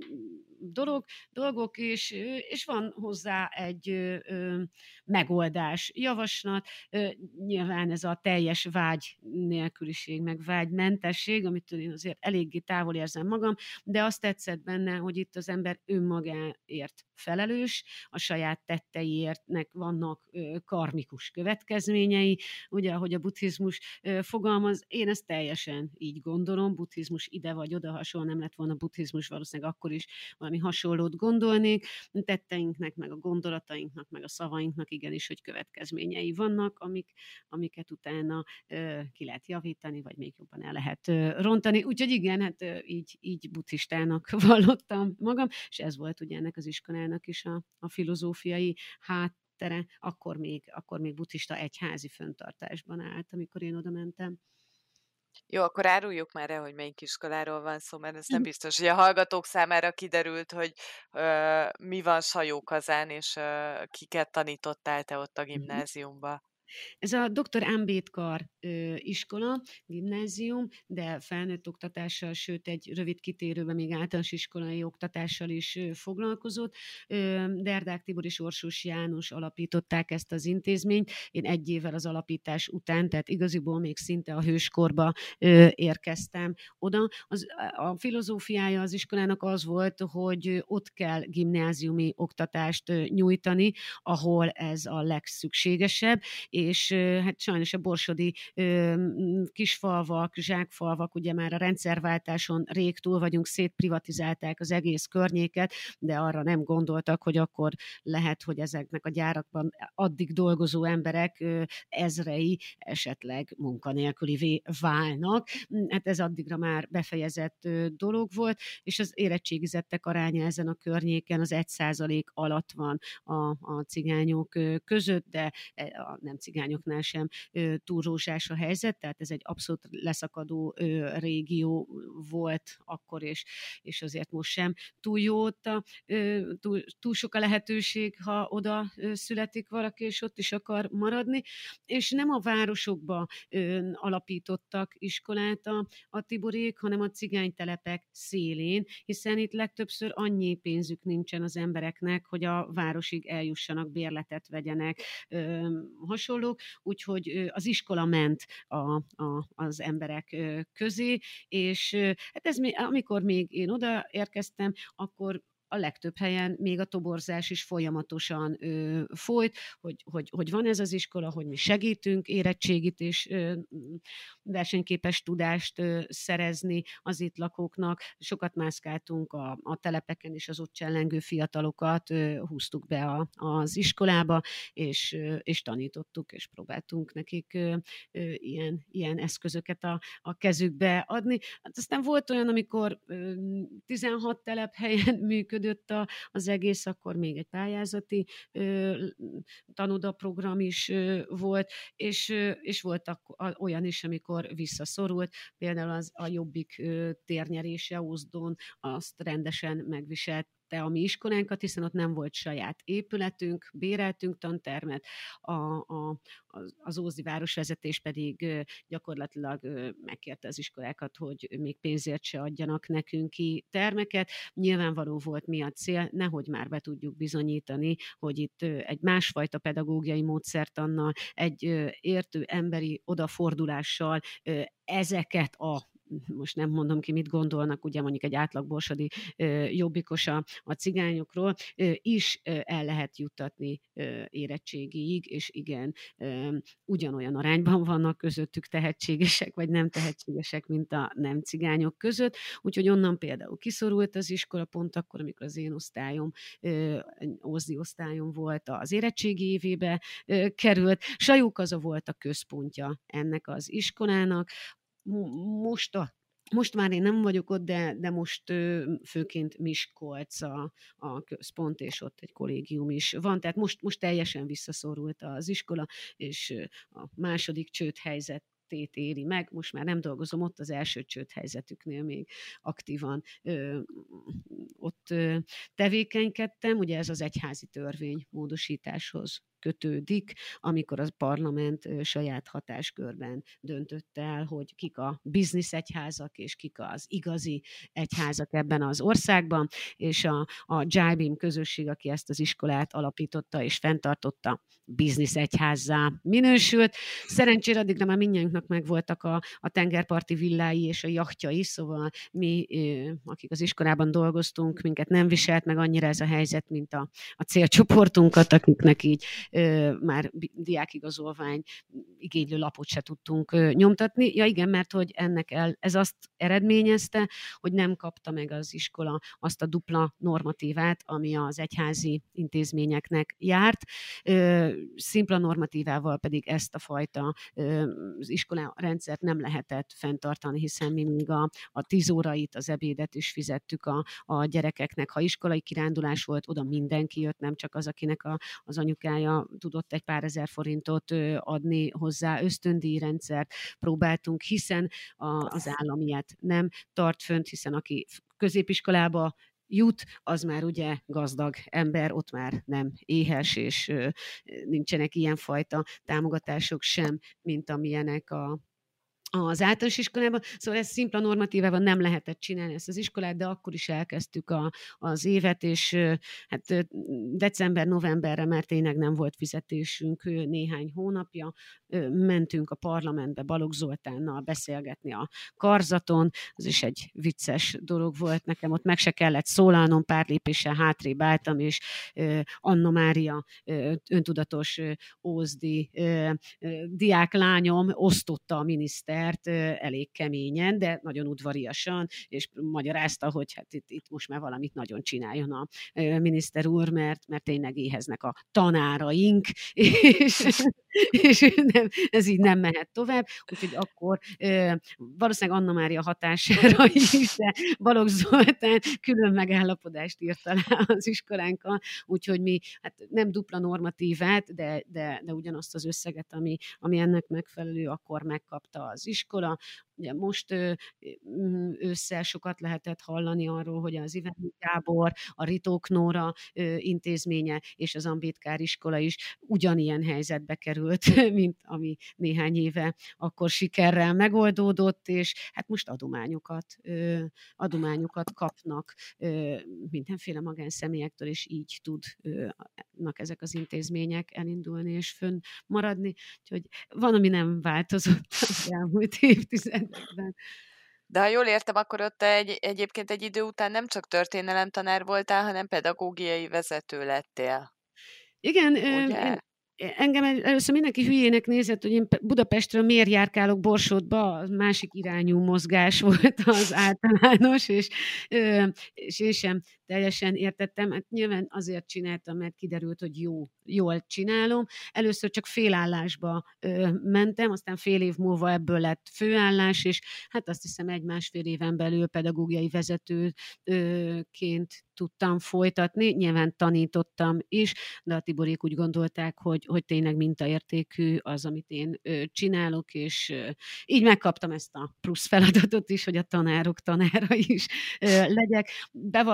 Speaker 2: dolog, dolgok, és, és van hozzá egy ö, ö, megoldás, javaslat, ö, nyilván ez a teljes vágy nélküliség, meg vágymentesség, amitől én azért eléggé távol érzem magam, de azt tetszett benne, hogy itt az ember önmagáért felelős, a saját tetteiértnek vannak ö, karmikus következményei, ugye, ahogy a buddhizmus ö, fogalmaz, én ezt teljesen így gondolom, buddhizmus ide vagy oda, ha soha nem lett volna buddhizmus, valószínűleg akkor is valami hasonlót gondolnék, tetteinknek, meg a gondolatainknak, meg a szavainknak igenis, hogy következményei vannak, amik, amiket utána ö, ki lehet javítani, vagy még jobban el lehet ö, rontani, úgyhogy igen, hát ö, így, így buddhistának vallottam magam, és ez volt ugye ennek az iskolának is a, a filozófiai háttere, akkor még, akkor még buddhista egyházi fenntartásban állt, amikor én oda mentem.
Speaker 3: Jó, akkor áruljuk már el, hogy melyik iskoláról van szó, mert ez nem biztos, hogy a hallgatók számára kiderült, hogy ö, mi van Sajókazán, és ö, kiket tanítottál te ott a gimnáziumba.
Speaker 2: Ez a doktor Ambedkar ö, iskola, gimnázium, de felnőtt oktatással, sőt egy rövid kitérőben még általános iskolai oktatással is ö, foglalkozott. Ö, Derdák Tibor és Orsós János alapították ezt az intézményt. Én egy évvel az alapítás után, tehát igaziból még szinte a hőskorba ö, érkeztem oda. Az, a filozófiája az iskolának az volt, hogy ott kell gimnáziumi oktatást ö, nyújtani, ahol ez a legszükségesebb, és hát sajnos a borsodi kisfalvak, zsákfalvak, ugye már a rendszerváltáson rég túl vagyunk, szétprivatizálták az egész környéket, de arra nem gondoltak, hogy akkor lehet, hogy ezeknek a gyárakban addig dolgozó emberek ezrei esetleg munkanélkülivé válnak. Hát ez addigra már befejezett dolog volt, és az érettségizettek aránya ezen a környéken az egy százalék alatt van a, a cigányok között, de a nem cigányoknál sem ö, túl rózsás a helyzet, tehát ez egy abszolút leszakadó ö, régió volt akkor, és, és azért most sem túl jó ott a, ö, túl, túl sok a lehetőség, ha oda ö, születik valaki, és ott is akar maradni, és nem a városokba ö, alapítottak iskolát a, a Tiborék, hanem a cigánytelepek szélén, hiszen itt legtöbbször annyi pénzük nincsen az embereknek, hogy a városig eljussanak, bérletet vegyenek, ö, hasonlók, úgyhogy az iskola ment a, a, az emberek közé, és hát ez, amikor még én odaérkeztem, akkor a legtöbb helyen még a toborzás is folyamatosan ö, folyt, hogy, hogy, hogy van ez az iskola, hogy mi segítünk érettségit és ö, versenyképes tudást ö, szerezni az itt lakóknak. Sokat mászkáltunk a, a telepeken, és az ott csellengő fiatalokat ö, húztuk be a, az iskolába, és, ö, és tanítottuk, és próbáltunk nekik ö, ö, ilyen, ilyen eszközöket a, a kezükbe adni. Hát aztán volt olyan, amikor ö, tizenhat telephelyen működött A, az egész, akkor még egy pályázati ö, tanodaprogram is ö, volt, és, ö, és volt ak- olyan is, amikor visszaszorult, például az a Jobbik ö, térnyerése Ózdon, azt rendesen megviselt működtette a mi iskolánkat, hiszen ott nem volt saját épületünk, béreltünk tantermet, a, a, az Ózdi városvezetés pedig gyakorlatilag megkérte az iskolákat, hogy még pénzért se adjanak nekünk ki termeket. Nyilvánvaló volt, mi a cél, nehogy már be tudjuk bizonyítani, hogy itt egy másfajta pedagógiai módszertannal, egy értő emberi odafordulással ezeket a most nem mondom ki, mit gondolnak, ugye mondjuk egy átlag borsodi jobbikos a, a cigányokról, is el lehet juttatni érettségig, és igen, ugyanolyan arányban vannak közöttük tehetségesek, vagy nem tehetségesek, mint a nem cigányok között, úgyhogy onnan például kiszorult az iskola pont akkor, amikor az én osztályom, Ózdi osztályom volt, az érettségi évébe került. Sajókaza volt a központja ennek az iskolának. Most, a, most már én nem vagyok ott, de, de most ö, főként Miskolc a, a központ, és ott egy kollégium is van. Tehát most, most teljesen visszaszorult az iskola, és a második csődhelyzet éri meg, most már nem dolgozom ott, az első csődhelyzetüknél még aktívan ö, ott ö, tevékenykedtem, ugye ez az egyházi törvény módosításhoz kötődik, amikor a parlament saját hatáskörben döntött el, hogy kik a biznisz egyházak, és kik az igazi egyházak ebben az országban, és a, a Jaibim közösség, aki ezt az iskolát alapította és fenntartotta, biznisz egyházzá minősült. Szerencsére addigra már mindnyájunknak megvoltak a, a tengerparti villái és a jachtjai, szóval mi, akik az iskolában dolgoztunk, minket nem viselt meg annyira ez a helyzet, mint a, a célcsoportunkat, akiknek így már diákigazolvány igénylő lapot se tudtunk nyomtatni. Ja igen, mert hogy ennek el, ez azt eredményezte, hogy nem kapta meg az iskola azt a dupla normatívát, ami az egyházi intézményeknek járt. Szimpla normatívával pedig ezt a fajta az iskola rendszert nem lehetett fenntartani, hiszen mi még a, a tíz órait, az ebédet is fizettük a, a gyerekeknek. Ha iskolai kirándulás volt, oda mindenki jött, nem csak az, akinek a, az anyukája tudott egy pár ezer forintot adni hozzá, ösztöndíjrendszert próbáltunk, hiszen a, az állam ilyet nem tart fönt, hiszen aki középiskolába jut, az már ugye gazdag ember, ott már nem éhes, és nincsenek ilyenfajta támogatások sem, mint amilyenek a az általános iskolában, szóval ez szimpla normatívában nem lehetett csinálni ezt az iskolát, de akkor is elkezdtük a, az évet, és hát december-novemberre már tényleg nem volt fizetésünk néhány hónapja. Mentünk a parlamentbe Balogh Zoltánnal beszélgetni a karzaton, az is egy vicces dolog volt nekem, ott meg se kellett szólalnom, pár lépéssel hátrébb álltam, és Anna Mária öntudatos ózdi diáklányom osztotta a miniszter elég keményen, de nagyon udvariasan, és magyarázta, hogy hát itt, itt most már valamit nagyon csináljon a miniszter úr, mert, mert tényleg éheznek a tanáraink, és, és nem, ez így nem mehet tovább, úgyhogy akkor valószínűleg Anna Mária hatására is, de Balogh Zoltán külön megállapodást írt alá az iskolánkkal, úgyhogy mi hát nem dupla normatívát, de, de, de ugyanazt az összeget, ami, ami ennek megfelelő, akkor megkapta az iskola. Ugye most ősszel sokat lehetett hallani arról, hogy az Iványi Gábor, a Ritók Nóra intézménye és az Ambétkár iskola is ugyanilyen helyzetbe került, mint ami néhány éve akkor sikerrel megoldódott, és hát most adományokat, adományokat kapnak mindenféle magánszemélyektől, és így tudnak ezek az intézmények elindulni és fönn maradni. Úgyhogy van, ami nem változott az elmúlt évtizedben.
Speaker 3: De ha jól értem, akkor ott egy, egyébként egy idő után nem csak történelemtanár voltál, hanem pedagógiai vezető lettél.
Speaker 2: Igen, én, engem először mindenki hülyének nézett, hogy én Budapestről miért járkálok Borsodba, az másik irányú mozgás volt az általános, és, és én sem teljesen értettem. Hát nyilván azért csináltam, mert kiderült, hogy jó, jól csinálom. Először csak félállásba ö, mentem, aztán fél év múlva ebből lett főállás, és hát azt hiszem egy-másfél éven belül pedagógiai vezetőként tudtam folytatni. Nyilván tanítottam is, de a Tiborék úgy gondolták, hogy, hogy tényleg mintaértékű az, amit én ö, csinálok, és ö, így megkaptam ezt a plusz feladatot is, hogy a tanárok tanára is ö, legyek. Bevallom, hogy a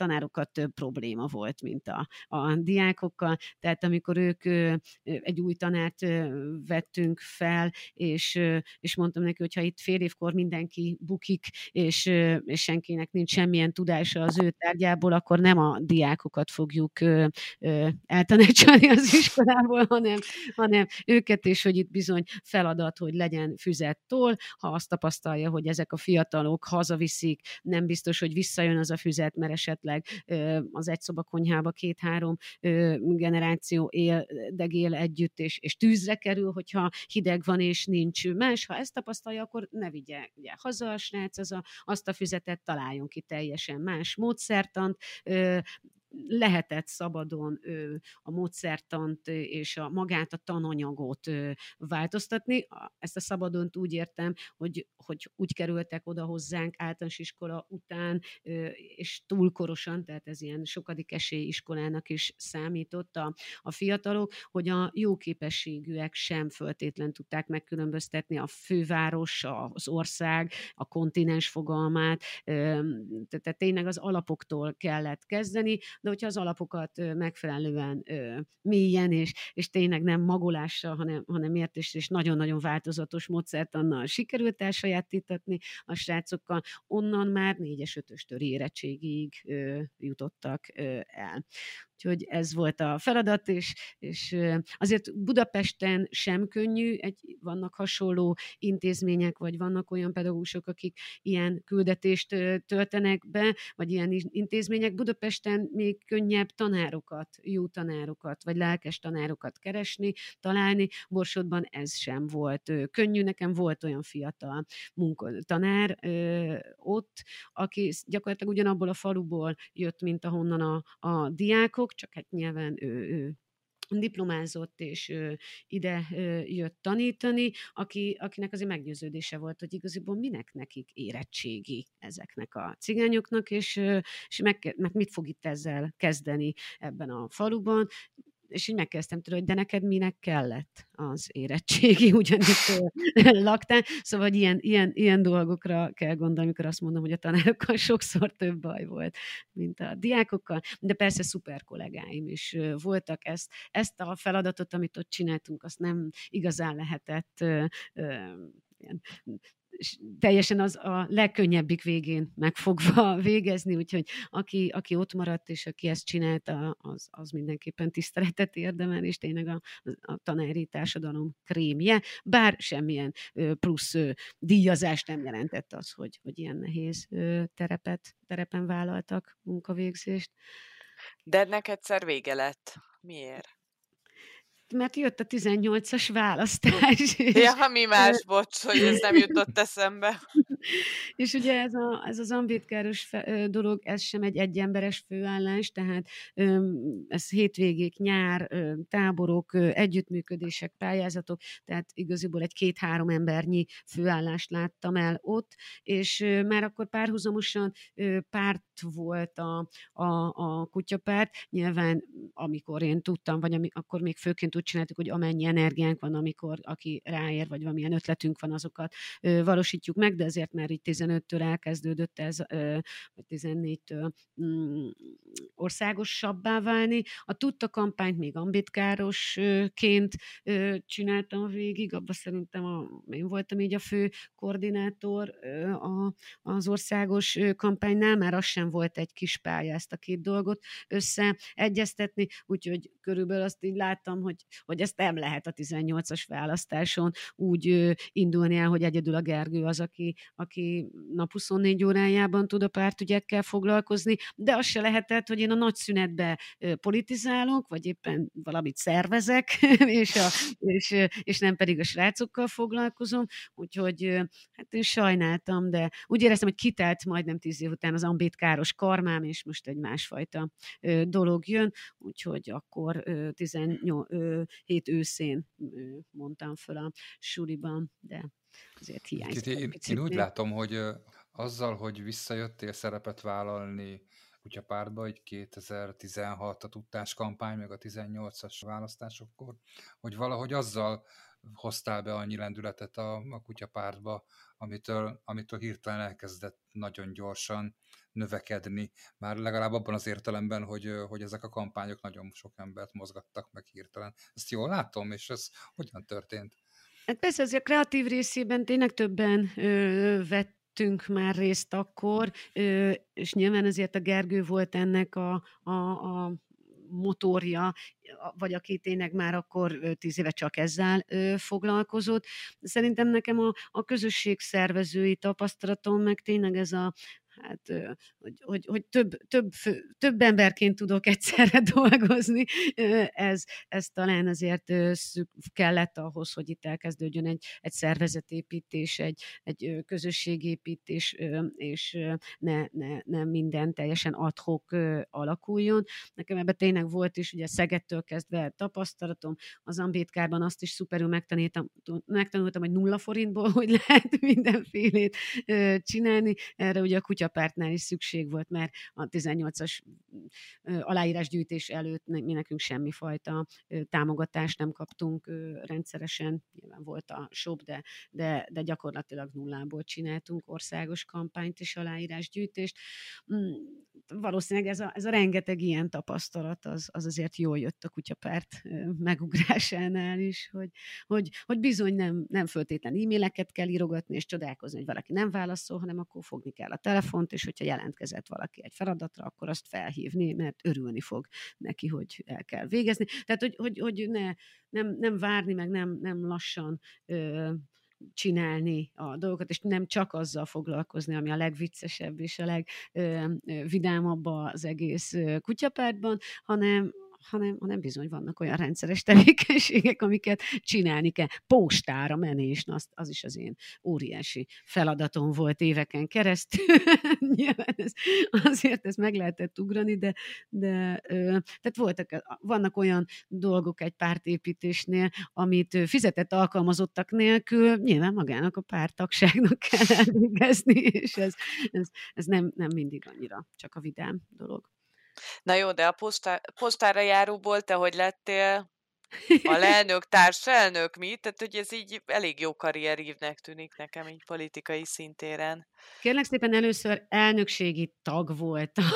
Speaker 2: tanárokkal több probléma volt, mint a, a diákokkal, tehát amikor ők ö, egy új tanárt ö, vettünk fel, és, ö, és mondtam neki, hogy ha itt fél évkor mindenki bukik, és, ö, és senkinek nincs semmilyen tudása az ő tárgyából, akkor nem a diákokat fogjuk ö, ö, eltanácsolni az iskolából, hanem, hanem őket, és hogy itt bizony feladat, hogy legyen füzettól, ha azt tapasztalja, hogy ezek a fiatalok hazaviszik, nem biztos, hogy visszajön az a füzet, mert esetleg ö, az egyszoba-konyhába két-három ö, generáció éldegél együtt, és, és tűzre kerül, hogyha hideg van, és nincs más. Ha ezt tapasztalja, akkor ne vigye ugye, haza a srác, az a, azt a füzetet, találjon ki teljesen más módszertant, ö, lehetett szabadon ö, a módszertant és a magát a tananyagot ö, változtatni. Ezt a szabadont úgy értem, hogy, hogy úgy kerültek oda hozzánk általános iskola után, ö, és túlkorosan, tehát ez ilyen sokadik esélyiskolának is számított a, a fiatalok, hogy a jó képességűek sem föltétlen tudták megkülönböztetni a főváros, az ország, a kontinens fogalmát, ö, tehát tényleg az alapoktól kellett kezdeni, de hogyha az alapokat megfelelően ö, mélyen, és, és tényleg nem magolással, hanem, hanem értés, és nagyon-nagyon változatos módszertannal sikerült elsajátítatni a srácokkal, onnan már négyes, ötöstől érettségig ö, jutottak ö, el. Úgyhogy ez volt a feladat, és, és azért Budapesten sem könnyű, egy, vannak hasonló intézmények, vagy vannak olyan pedagógusok, akik ilyen küldetést töltenek be, vagy ilyen intézmények. Budapesten még könnyebb tanárokat, jó tanárokat, vagy lelkes tanárokat keresni, találni. Borsodban ez sem volt könnyű. Nekem volt olyan fiatal munkatanár ott, aki gyakorlatilag ugyanabból a faluból jött, mint ahonnan a, a diákok, csak hát nyilván ő, ő diplomázott, és ő ide ő jött tanítani, aki, akinek azért meggyőződése volt, hogy igaziból minek nekik érettségi ezeknek a cigányoknak, és, és meg, meg mit fog itt ezzel kezdeni ebben a faluban. És így megkezdtem tőle, hogy de neked minek kellett az érettségi, ugyanitt laktál. Szóval ilyen, ilyen, ilyen dolgokra kell gondolni, amikor azt mondom, hogy a tanárokkal sokszor több baj volt, mint a diákokkal. De persze szuper kollégáim is voltak. Ezt, ezt a feladatot, amit ott csináltunk, azt nem igazán lehetett ö, ö, ilyen, teljesen az a legkönnyebbik végén megfogva végezni, úgyhogy aki, aki ott maradt, és aki ezt csinálta, az, az mindenképpen tiszteletet érdemel, és tényleg a, a tanári társadalom krémje, bár semmilyen plusz díjazást nem jelentett az, hogy, hogy ilyen nehéz terepet, terepen vállaltak munkavégzést.
Speaker 3: De ennek egyszer vége lett. Miért?
Speaker 2: Mert jött a tizennyolcas választás.
Speaker 3: Ja, mi más, bocs, hogy ez nem jutott eszembe.
Speaker 2: És ugye ez, a, ez az ambitkáros fe, dolog, ez sem egy egyemberes főállás, tehát ez hétvégék, nyár, táborok, együttműködések, pályázatok, tehát igaziból egy két-három embernyi főállást láttam el ott, és már akkor párhuzamosan párt volt a, a, a kutyapárt. Nyilván, amikor én tudtam, vagy ami, akkor még főként úgy csináltuk, hogy amennyi energiánk van, amikor aki ráér, vagy valamilyen ötletünk van, azokat ö, valósítjuk meg, de azért már így tizenöttől elkezdődött ez, ö, vagy tizennégytől mm, országosabbá válni. A Tudta kampányt még ambitkárosként ö, csináltam végig, abban szerintem a, én voltam így a fő koordinátor ö, a, az országos ö, kampánynál, már az sem volt egy kis pálya ezt a két dolgot összeegyeztetni, úgyhogy körülbelül azt így láttam, hogy, hogy ezt nem lehet a tizennyolcas választáson úgy ö, indulni el, hogy egyedül a Gergő az, aki, aki nap huszonnégy órájában tud a pártügyekkel foglalkozni, de az se lehetett, hogy én a nagy szünetbe ö, politizálok, vagy éppen valamit szervezek, és, a, és, és nem pedig a srácokkal foglalkozom, úgyhogy ö, hát én sajnáltam, de úgy éreztem, hogy kitelt majdnem tíz év után az ambitkáros karmám, és most egy másfajta ö, dolog jön, úgyhogy akkor ö, tizenhét őszén ö, mondtam föl a suliban, de azért hiányzik.
Speaker 1: Én, én úgy látom, hogy ö, azzal, hogy visszajöttél szerepet vállalni kutyapártba, hogy kétezer-tizenhat a tudtás kampány, meg a tizennyolcas választásokkor, hogy valahogy azzal hoztál be annyi lendületet a, a kutyapártba, amitől, amitől hirtelen elkezdett nagyon gyorsan növekedni. Már legalább abban az értelemben, hogy, hogy ezek a kampányok nagyon sok embert mozgattak meg hirtelen. Ezt jól látom, és ez hogyan történt?
Speaker 2: Hát persze, azért a kreatív részében tényleg többen ö, vettünk már részt akkor, ö, és nyilván azért a Gergő volt ennek a, a, a motorja, vagy aki tényleg már akkor tíz éve csak ezzel ö, foglalkozott. Szerintem nekem a, a közösség szervezői tapasztalatom, meg tényleg ez a hát, hogy, hogy, hogy több, több, fő, több emberként tudok egyszerre dolgozni, ez, ez talán azért szük kellett ahhoz, hogy itt elkezdődjön egy, egy szervezetépítés, egy, egy közösségépítés, és ne, ne, ne minden teljesen ad hoc alakuljon. Nekem ebben tényleg volt is, ugye Szegedtől kezdve tapasztalatom, az Ambétkárban azt is szuperül megtanultam, megtanultam, hogy nulla forintból, hogy lehet mindenfélét csinálni. Erre ugye a kutyapártnál is szükség volt, mert a tizennyolcas aláírásgyűjtés előtt mi nekünk semmifajta támogatást nem kaptunk rendszeresen. Nyilván volt a shop, de, de, de gyakorlatilag nullából csináltunk országos kampányt és aláírásgyűjtést. Valószínűleg ez a, ez a rengeteg ilyen tapasztalat, az, az azért jól jött a kutyapárt megugrásánál is, hogy, hogy, hogy bizony nem, nem föltétlen e-maileket kell írogatni, és csodálkozni, hogy valaki nem válaszol, hanem akkor fogni kell a telefont, és hogyha jelentkezett valaki egy feladatra, akkor azt felhívni, mert örülni fog neki, hogy el kell végezni. Tehát, hogy, hogy, hogy ne, nem, nem várni, meg nem, nem lassan ö, csinálni a dolgokat, és nem csak azzal foglalkozni, ami a legviccesebb és a legvidámabb az egész kutyapártban, hanem hanem, hanem bizony vannak olyan rendszeres tevékenységek, amiket csinálni kell. Postára menés, na, az, az is az én óriási feladatom volt éveken keresztül. Nyilván ez, azért ezt meg lehetett ugrani, de, de tehát voltak, vannak olyan dolgok egy pártépítésnél, amit fizetett alkalmazottak nélkül nyilván magának a párttagságnak kell elvégezni, és ez, ez, ez nem, nem mindig annyira csak a vidám dolog.
Speaker 3: Na jó, de a postá, postára járóból te hogy lettél alelnök, társelnök, mi? Tehát, hogy ez így elég jó karrierívnek tűnik nekem így politikai szintéren.
Speaker 2: Kérlek szépen, először elnökségi tag voltam.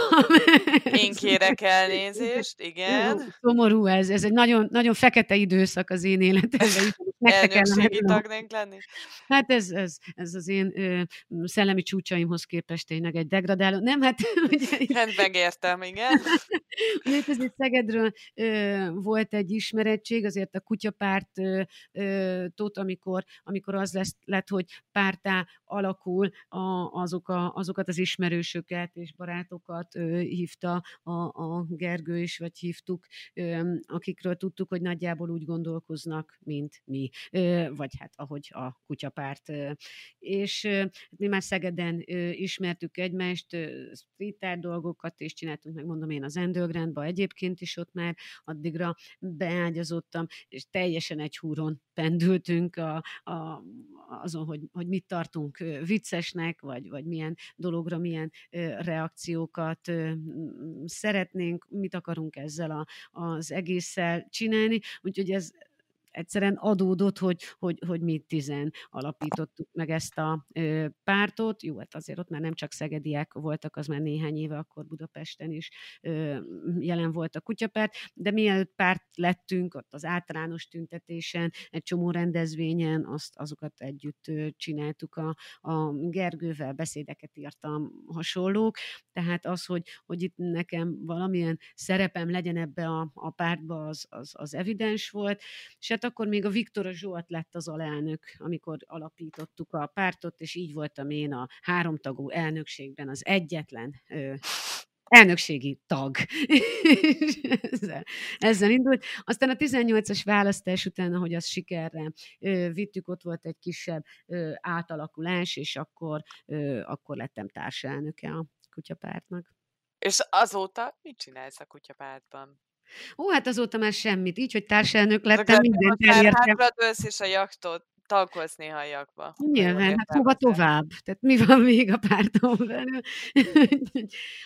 Speaker 3: Én kérek elnézést, igen.
Speaker 2: Szomorú ez, ez egy nagyon, nagyon fekete időszak az én életemben.
Speaker 3: Elnökségi tagnak lenni?
Speaker 2: Hát ez, ez, ez az én ö, szellemi csúcsaimhoz képest tényleg egy degradáló. Nem, hát... Ugye,
Speaker 3: hát megértem, igen.
Speaker 2: Ugye azért Szegedről ö, volt egy ismerettség, azért a kutyapárt ö, ö, tót, amikor, amikor az lesz, lett, hogy pártá alakul, a, azok a, azokat az ismerősöket és barátokat ö, hívta a, a Gergő is, vagy hívtuk, ö, akikről tudtuk, hogy nagyjából úgy gondolkoznak, mint mi, ö, vagy hát ahogy a kutyapárt. Ö, és ö, mi már Szegeden ö, ismertük egymást, street art dolgokat is csináltunk, meg mondom én az Undergroundba, egyébként is ott már addigra beágyazottam, és teljesen egy húron pendültünk a, a, azon, hogy, hogy mit tartunk viccesnek, vagy, vagy milyen dologra, milyen reakciókat szeretnénk, mit akarunk ezzel a, az egésszel csinálni. Úgyhogy ez egyszerűen adódott, hogy, hogy, hogy mi tizen alapítottuk meg ezt a ö, pártot. Jó, hát azért ott már nem csak szegediek voltak, az már néhány éve, akkor Budapesten is ö, jelen volt a kutyapárt, de mielőtt párt lettünk, ott az általános tüntetésen, egy csomó rendezvényen, azt, azokat együtt ö, csináltuk a, a Gergővel, beszédeket írtam, hasonlók, tehát az, hogy, hogy itt nekem valamilyen szerepem legyen ebbe a, a pártba, az, az, az evidens volt, és hát akkor még a Viktor Zsolt lett az alelnök, amikor alapítottuk a pártot, és így voltam én a háromtagú elnökségben az egyetlen ö, elnökségi tag. ezzel, ezzel indult. Aztán a tizennyolcas választás után, ahogy az sikerre ö, vittük, ott volt egy kisebb ö, átalakulás, és akkor, ö, akkor lettem társelnöke a kutyapártnak.
Speaker 3: És azóta mit csinálsz a kutyapártban?
Speaker 2: Ó, hát azóta már semmit. Így, hogy társelnök lettem, mindent elértem.
Speaker 3: Hátradőlsz, és a jaktot talkolsz néha a jakba.
Speaker 2: Nyilván, hát hova tovább? Tehát mi van még a párton belül?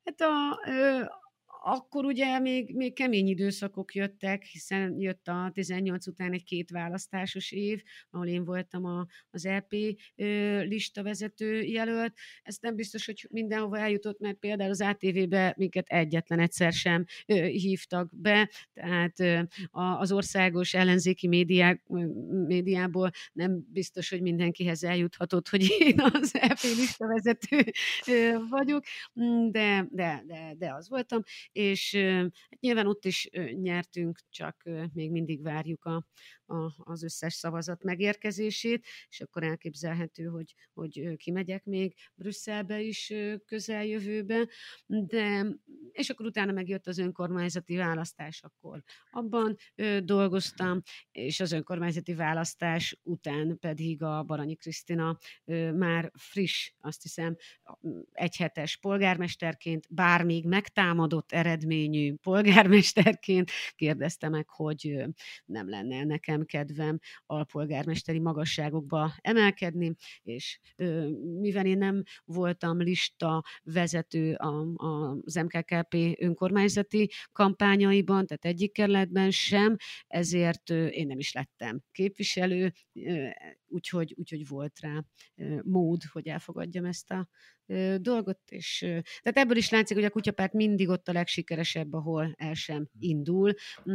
Speaker 2: Hát a, ö, akkor ugye még, még kemény időszakok jöttek, hiszen jött a tizennyolc után egy két választásos év, ahol én voltam a, az é pé ö, listavezető jelölt. Ez nem biztos, hogy mindenhova eljutott, mert például az á té vé-be minket egyetlen egyszer sem ö, hívtak be, tehát ö, a, az országos ellenzéki médiák, ö, médiából nem biztos, hogy mindenkihez eljuthatott, hogy én az é pé listavezető ö, vagyok, Mm, de, de, de, de az voltam, és ö, hát nyilván ott is ö, nyertünk, csak ö, még mindig várjuk a, a, az összes szavazat megérkezését, és akkor elképzelhető, hogy, hogy ö, kimegyek még Brüsszelbe is ö, közeljövőbe, de és akkor utána megjött az önkormányzati választás, akkor abban ö, dolgoztam, és az önkormányzati választás után pedig a Baranyi Krisztina ö, már friss, azt hiszem, egyhetes polgármesterként, bár még megtámadott eredményű polgármesterként kérdezte meg, hogy nem lenne nekem kedvem alpolgármesteri magasságokba emelkedni, és mivel én nem voltam lista vezető az em ká ká pé önkormányzati kampányaiban, tehát egyik kerületben sem, ezért én nem is lettem képviselő, úgyhogy, úgyhogy volt rá mód, hogy elfogadjam ezt a dolgot, és tehát ebből is látszik, hogy a kutyapárt mindig ott a legsikeresebb, ahol el sem indul,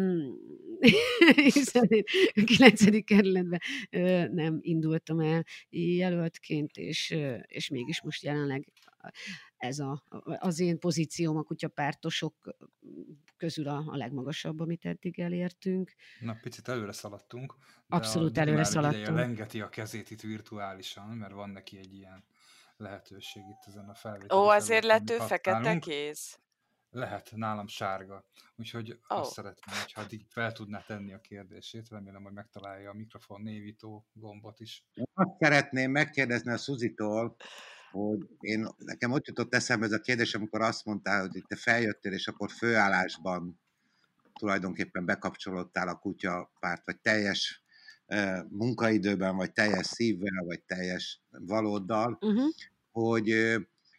Speaker 2: hiszen én a kilencedik kerületben nem indultam el jelöltként, és, és mégis most jelenleg ez a, az én pozícióm a kutyapártosok közül a, a legmagasabb, amit eddig elértünk.
Speaker 1: Na, picit előre szaladtunk, de
Speaker 2: Abszolút
Speaker 1: a
Speaker 2: előre
Speaker 1: Dónár ideje
Speaker 2: szaladtunk.
Speaker 1: lengeti a kezét itt virtuálisan, mert van neki egy ilyen lehetőség itt ezen a felvételi
Speaker 3: Ó, azért
Speaker 1: felületen,
Speaker 3: lett ő
Speaker 1: amit
Speaker 3: fekete
Speaker 1: használunk.
Speaker 3: kéz?
Speaker 1: Lehet, nálam sárga. Úgyhogy
Speaker 3: Ó.
Speaker 1: azt szeretném, hogyha addig fel tudná tenni a kérdését. Remélem, hogy megtalálja a mikrofon névító gombot is.
Speaker 4: Azt szeretném megkérdezni a Szuzitól, hogy én, nekem ott jutott eszembe ez a kérdés, amikor azt mondtál, hogy te feljöttél, és akkor főállásban tulajdonképpen bekapcsolódtál a kutyapárt, vagy teljes uh, munkaidőben, vagy teljes szívvel, vagy teljes valóddal,
Speaker 2: Uh-huh.
Speaker 4: hogy uh,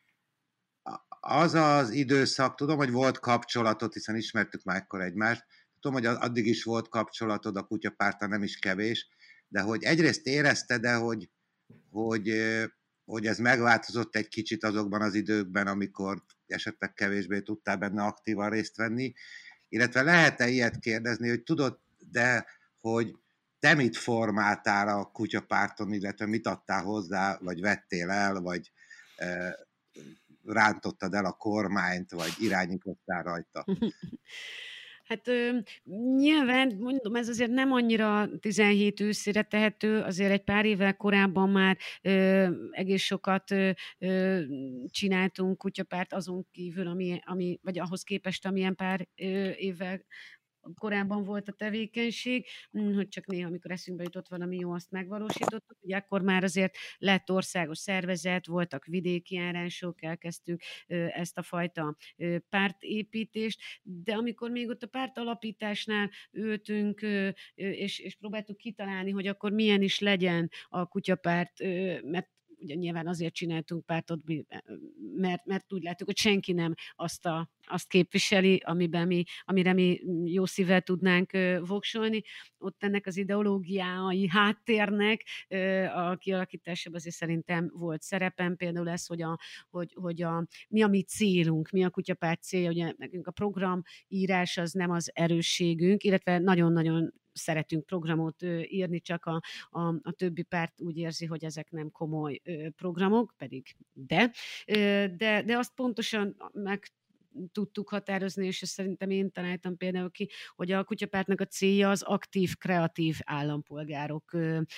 Speaker 4: az az időszak, tudom, hogy volt kapcsolatot, hiszen ismertük már ekkor egymást, tudom, hogy addig is volt kapcsolatod a kutyapárttal, nem is kevés, de hogy egyrészt érezted, de hogy, hogy, hogy ez megváltozott egy kicsit azokban az időkben, amikor esetleg kevésbé tudtál benne aktívan részt venni, illetve lehet-e ilyet kérdezni, hogy tudod, de hogy te mit formáltál a kutyapárton, illetve mit adtál hozzá, vagy vettél el, vagy e, rántottad el a kormányt, vagy irányítottál rajta?
Speaker 2: Hát ö, nyilván, mondom, ez azért nem annyira tizenhét őszére tehető, azért egy pár évvel korábban már ö, egész sokat ö, ö, csináltunk kutyapárt azon kívül, ami, ami, vagy ahhoz képest, amilyen pár ö, évvel korábban volt a tevékenység, hogy csak néha, amikor eszünkbe jutott valami jó, azt megvalósítottuk. Ugye akkor már azért lett országos szervezet, voltak vidéki járások, elkezdtük ezt a fajta pártépítést, de amikor még ott a párt alapításnál ültünk, és, és próbáltuk kitalálni, hogy akkor milyen is legyen a kutyapárt, mert ugye nyilván azért csináltunk pártot, mert, mert úgy láttuk, hogy senki nem azt, a, azt képviseli, amiben mi, amire mi jó szívvel tudnánk voksolni. Ott ennek az ideológiai háttérnek a kialakításában azért szerintem volt szerepem, például ez, hogy, a, hogy, hogy a, mi a mi célunk, mi a kutyapárt célja, ugye nekünk a programírás az nem az erősségünk, illetve nagyon-nagyon szeretünk programot ö, írni, csak a, a, a többi párt úgy érzi, hogy ezek nem komoly ö, programok, pedig de, ö, de, de azt pontosan meg tudtuk határozni, és ezt szerintem én találtam például ki, hogy a kutyapártnak a célja az aktív, kreatív állampolgárok.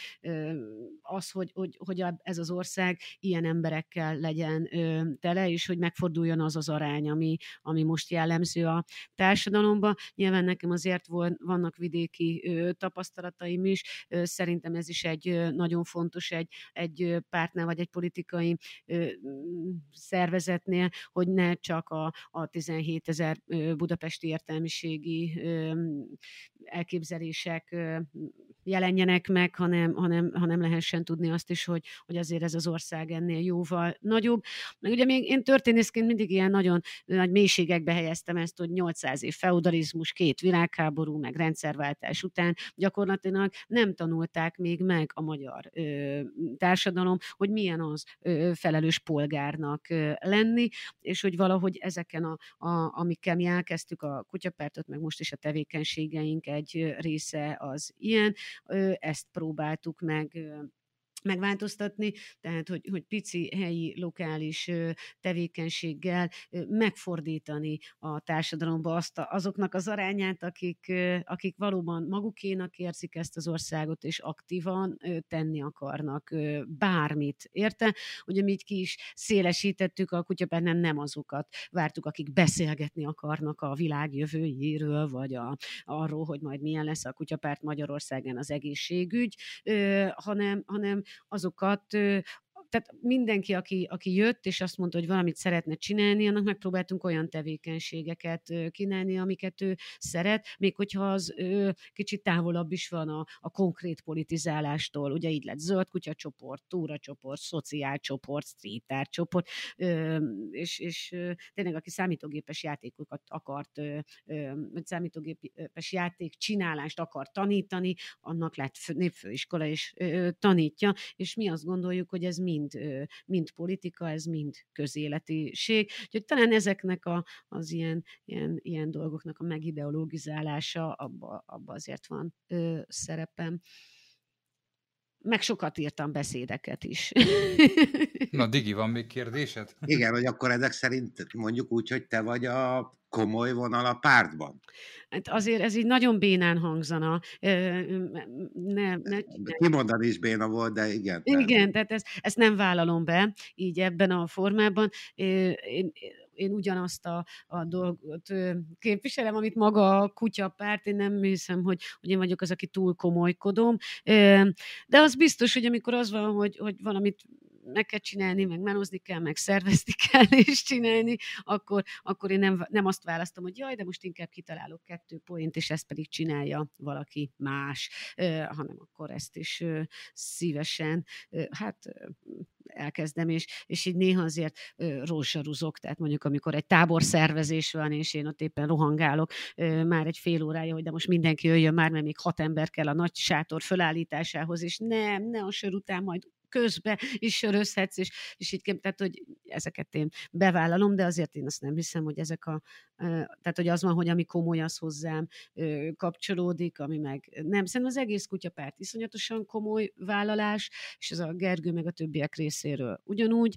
Speaker 2: Az, hogy, hogy, hogy ez az ország ilyen emberekkel legyen tele, és hogy megforduljon az az arány, ami, ami most jellemző a társadalomban. Nyilván nekem azért vannak vidéki tapasztalataim is, szerintem ez is egy nagyon fontos egy, egy pártnál, vagy egy politikai szervezetnél, hogy ne csak a, a tizenhétezer budapesti értelmiségi elképzelések jelenjenek meg, hanem, hanem, hanem lehessen tudni azt is, hogy, hogy azért ez az ország ennél jóval nagyobb. Meg ugye még én történészként mindig ilyen nagyon nagy mélységekbe helyeztem ezt, hogy nyolcszáz év feudalizmus, két világháború, meg rendszerváltás után gyakorlatilag nem tanulták még meg a magyar ö, társadalom, hogy milyen az ö, felelős polgárnak ö, lenni, és hogy valahogy ezeken, a, a, amikkel mi elkezdtük a kutyapártot, meg most is a tevékenységeink egy része az ilyen, ö, ezt próbáltuk meg ö, megváltoztatni, tehát hogy, hogy pici, helyi, lokális ö, tevékenységgel ö, megfordítani a társadalomba azt a, azoknak az arányát, akik, ö, akik valóban magukénak érzik ezt az országot, és aktívan ö, tenni akarnak ö, bármit, érte? Ugye mi így ki is szélesítettük a kutyapártnál, nem azokat vártuk, akik beszélgetni akarnak a világ jövőjéről, vagy a, arról, hogy majd milyen lesz a kutyapárt Magyarországon az egészségügy, ö, hanem, hanem azokat, ö, tehát mindenki, aki, aki jött, és azt mondta, hogy valamit szeretne csinálni, annak megpróbáltunk olyan tevékenységeket ö, kínálni, amiket ő szeret, még hogyha az ö, kicsit távolabb is van a, a konkrét politizálástól. Ugye így lett zöld kutyacsoport, túracsoport, szociálcsoport, street art csoport, ö, és, és ö, tényleg aki számítógépes játékokat akart, ö, ö, vagy számítógépes játék csinálást akar tanítani, annak lett fő- népfőiskola és ö, tanítja, és mi azt gondoljuk, hogy ez mind, ö, mind politika, ez mind közéletiség. Úgyhogy talán ezeknek a, az ilyen, ilyen, ilyen dolgoknak a megideologizálása, abba, abba azért van ö, szerepem. Meg sokat írtam beszédeket is.
Speaker 1: Na, Digi, van még kérdésed?
Speaker 4: Igen, hogy akkor ezek szerint mondjuk úgy, hogy te vagy a komoly vonal a pártban.
Speaker 2: Hát azért ez így nagyon bénán hangzana. Ö, Ne, ne,
Speaker 4: Kimondani is béna volt, de igen. tehát-
Speaker 2: Igen, tehát ezt, ezt nem vállalom be így ebben a formában. Ö, Én, én ugyanazt a, a dolgot ö, képviselem, amit maga a kutyapárt. Én nem hiszem, hogy, hogy én vagyok az, aki túl komolykodom. Ö, De az biztos, hogy amikor az van, hogy, hogy valamit meg kell csinálni, meg melózni kell, meg szervezni kell és csinálni, akkor, akkor én nem, nem azt választom, hogy jaj, de most inkább kitalálok kettő poént, és ezt pedig csinálja valaki más, ö, hanem akkor ezt is ö, szívesen, ö, hát ö, elkezdem, és, és így néha azért ö, rózsaruzok, tehát mondjuk amikor egy táborszervezés van, és én ott éppen rohangálok ö, már egy fél órája, hogy de most mindenki jöjjön már, mert még hat ember kell a nagy sátor fölállításához, és nem, ne a sör után majd közbe is sörözhetsz, és, és így, tehát, hogy ezeket én bevállalom, de azért én azt nem hiszem, hogy ezek a, tehát, hogy az van, hogy ami komoly, az hozzám kapcsolódik, ami meg nem. Szerintem az egész kutyapárt iszonyatosan komoly vállalás, és ez a Gergő meg a többiek részéről ugyanúgy,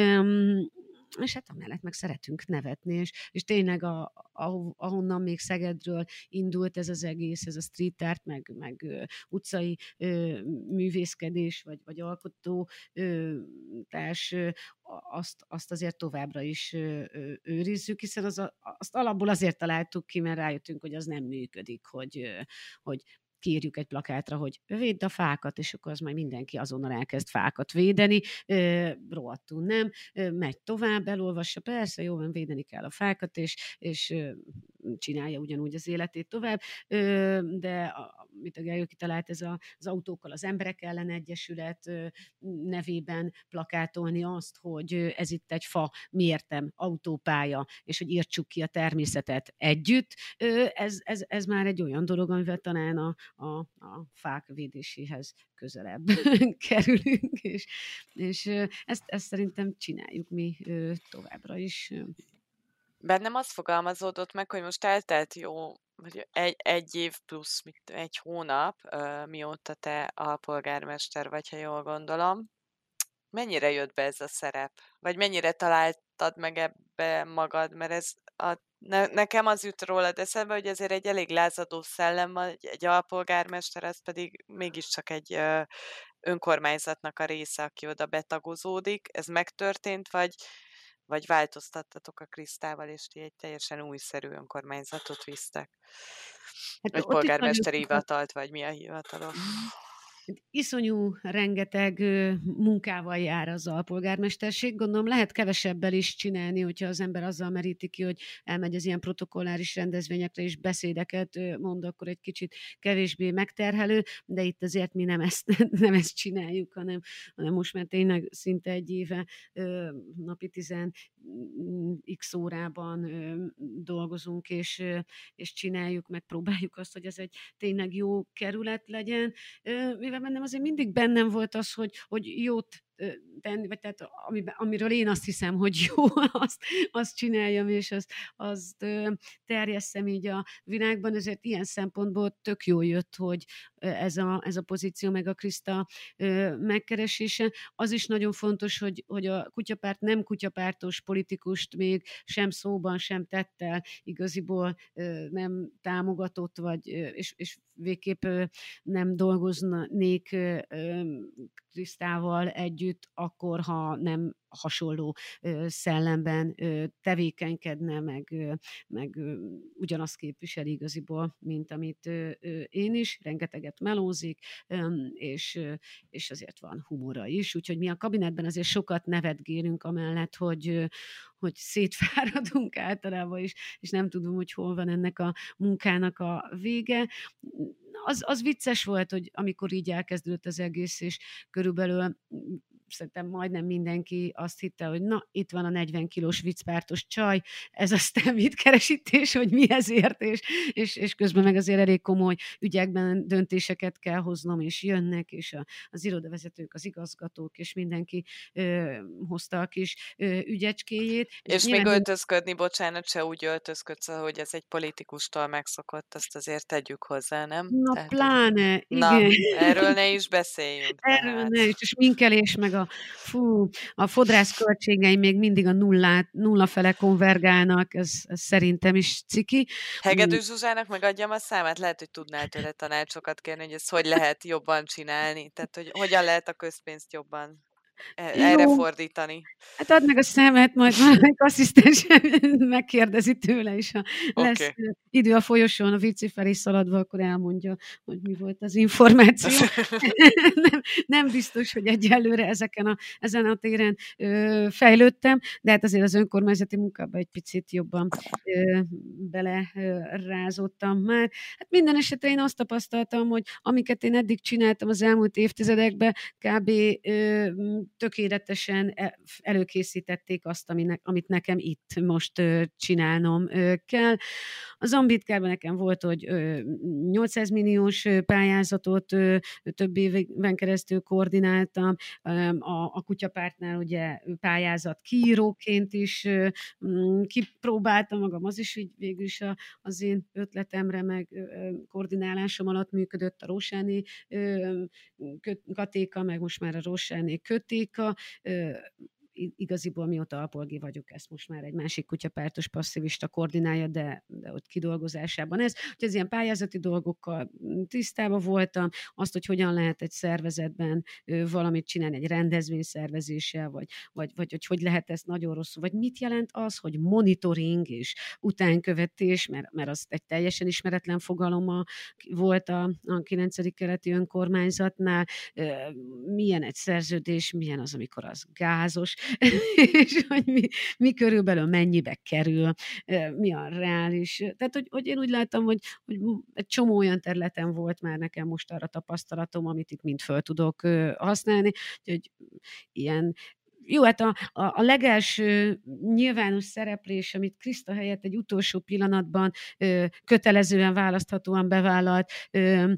Speaker 2: és hát amellett meg szeretünk nevetni, és, és tényleg a, a, ahonnan még Szegedről indult ez az egész, ez a street art, meg, meg ö, utcai ö, művészkedés, vagy, vagy alkotó ö, társ, ö, azt, azt azért továbbra is ö, ö, őrizzük, hiszen az a, azt alapból azért találtuk ki, mert rájöttünk, hogy az nem működik, hogy, ö, hogy kiírjuk egy plakátra, hogy védd a fákat, és akkor az majd mindenki azonnal elkezd fákat védeni, ö, rohadtul nem, ö, megy tovább, elolvassa, persze, jó van, védeni kell a fákat, és, és ö, csinálja ugyanúgy az életét tovább, ö, de a, amit a Gergő kitalált, ez a, az autókkal az emberek ellen egyesület ö, nevében plakátolni azt, hogy ez itt egy fa, mi értem, autópálya, és hogy írtsuk ki a természetet együtt, ö, ez, ez, ez már egy olyan dolog, amivel talán a A, a fák védéséhez közelebb kerülünk, és, és ezt, ezt szerintem csináljuk mi továbbra is.
Speaker 3: Bennem az fogalmazódott meg, hogy most eltelt jó, vagy egy, egy év plusz mit, egy hónap, mióta te alpolgármester vagy, ha jól gondolom. Mennyire jött be ez a szerep? Vagy mennyire találtad meg ebbe magad? Mert ez a, ne, nekem az jut rólad eszembe, hogy ezért egy elég lázadó szellem van, egy, egy alpolgármester, ez pedig mégiscsak egy ö, önkormányzatnak a része, aki oda betagozódik. Ez megtörtént, vagy, vagy változtattatok a Krisztával, és ti egy teljesen újszerű önkormányzatot visztek?
Speaker 2: Hát
Speaker 3: Egy
Speaker 2: ott is nagyon
Speaker 3: polgármesteri
Speaker 2: sokat-
Speaker 3: hivatalt, vagy mi a hivatalos?
Speaker 2: Iszonyú rengeteg ö, munkával jár az alpolgármesterség. Gondolom lehet kevesebbel is csinálni, hogyha az ember azzal meríti ki, hogy elmegy az ilyen protokolláris rendezvényekre és beszédeket ö, mond, akkor egy kicsit kevésbé megterhelő, de itt azért mi nem ezt, nem ezt csináljuk, hanem, hanem most már tényleg szinte egy éve ö, napi tíz x órában ö, dolgozunk, és, ö, és csináljuk, megpróbáljuk azt, hogy ez egy tényleg jó kerület legyen, ö, mivel bennem azért mindig bennem volt az, hogy, hogy jót ö, tenni, vagy tehát amiben, amiről én azt hiszem, hogy jó, azt, azt csináljam, és azt, azt ö, terjesszem így a világban, ezért ilyen szempontból tök jó jött, hogy ö, ez a, ez a pozíció, meg a Kriszta ö, megkeresése. Az is nagyon fontos, hogy, hogy a kutyapárt nem kutyapártos politikust még sem szóban, sem tettel igaziból ö, nem támogatott, vagy, ö, és, és végképp ö, nem dolgoznék ö, ö, Krisztával együtt, akkor, ha nem hasonló ö, szellemben ö, tevékenykedne, meg, ö, meg ö, ugyanazt képviseli igaziból, mint amit ö, ö, én is, rengeteget melózik, ö, és, ö, és azért van humora is, úgyhogy mi a kabinetben azért sokat nevetgélünk amellett, hogy, ö, hogy szétfáradunk általában is, és nem tudom, hogy hol van ennek a munkának a vége. Az, az vicces volt, hogy amikor így elkezdődött az egész, és körülbelül szerintem majdnem mindenki azt hitte, hogy na, itt van a negyven kilós viccpártos csaj, ez aztán mit keres itt, és hogy mi ezért, és, és, és közben meg azért elég komoly ügyekben döntéseket kell hoznom, és jönnek, és a, az irodavezetők, az igazgatók, és mindenki ö, hozta a kis ö, ügyecskéjét.
Speaker 3: És, és
Speaker 2: nyilván
Speaker 3: még öltözködni, bocsánat, se úgy öltözködsz, hogy ez egy politikustól megszokott, azt azért tegyük hozzá, nem?
Speaker 2: Na,
Speaker 3: Tehát,
Speaker 2: pláne,
Speaker 3: na,
Speaker 2: igen.
Speaker 3: erről ne is beszéljünk.
Speaker 2: Erről
Speaker 3: Tehát.
Speaker 2: ne is, és sminkelés, meg a, fú, a fodrász költségei még mindig a nullát, nulla fele konvergálnak, ez, ez szerintem is ciki.
Speaker 3: Hegedűs Zsuzsának megadjam a számát, lehet, hogy tudnál tőle tanácsokat kérni, hogy ezt hogy lehet jobban csinálni, tehát hogy hogyan lehet a közpénzt jobban erre
Speaker 2: Jó.
Speaker 3: fordítani.
Speaker 2: Hát add meg a szemet, majd valamelyik asszisztens megkérdezi tőle is, ha
Speaker 3: Okay.
Speaker 2: lesz idő a folyosón, a Vici felé szaladva, akkor elmondja, hogy mi volt az információ. nem, nem biztos, hogy egyelőre ezeken a, ezen a téren ö, fejlődtem, de hát azért az önkormányzati munkába egy picit jobban ö, belerázottam már. Hát minden esetre én azt tapasztaltam, hogy amiket én eddig csináltam az elmúlt évtizedekben, kb. Ö, tökéletesen előkészítették azt, aminek, amit nekem itt most ö, csinálnom ö, kell. Az Ambitkárban nekem volt, hogy ö, nyolcszáz milliós pályázatot ö, több éven keresztül koordináltam, ö, a, a kutyapártnál ugye pályázat kiíróként is ö, m, kipróbáltam magam, az is így végül is a, az én ötletemre, meg ö, koordinálásom alatt működött a Rósáné ö, Katéka, meg most már a Rósáné Kötéka, ö, igaziból mióta alpolgi vagyok, ezt most már egy másik kutyapártos passzivista koordinálja, de, de ott kidolgozásában ez. Úgyhogy az ilyen pályázati dolgokkal tisztában voltam, azt, hogy hogyan lehet egy szervezetben ö, valamit csinálni, egy rendezvény szervezéssel, vagy, vagy, vagy hogy hogy lehet ezt nagyon rosszul, vagy mit jelent az, hogy monitoring és utánkövetés, mert, mert az egy teljesen ismeretlen fogalom volt a, a kilencedik keleti önkormányzatnál, ö, milyen egy szerződés, milyen az, amikor az gázos, és hogy mi, mi körülbelül mennyibe kerül, mi a reális. Tehát, hogy, hogy én úgy láttam, hogy, hogy egy csomó olyan területen volt már nekem most arra tapasztalatom, amit itt mind föl tudok használni, hogy ilyen jó, hát a, a, a legelső nyilvános szereplés, amit Kriszta helyett egy utolsó pillanatban ö, kötelezően választhatóan bevállalt ö,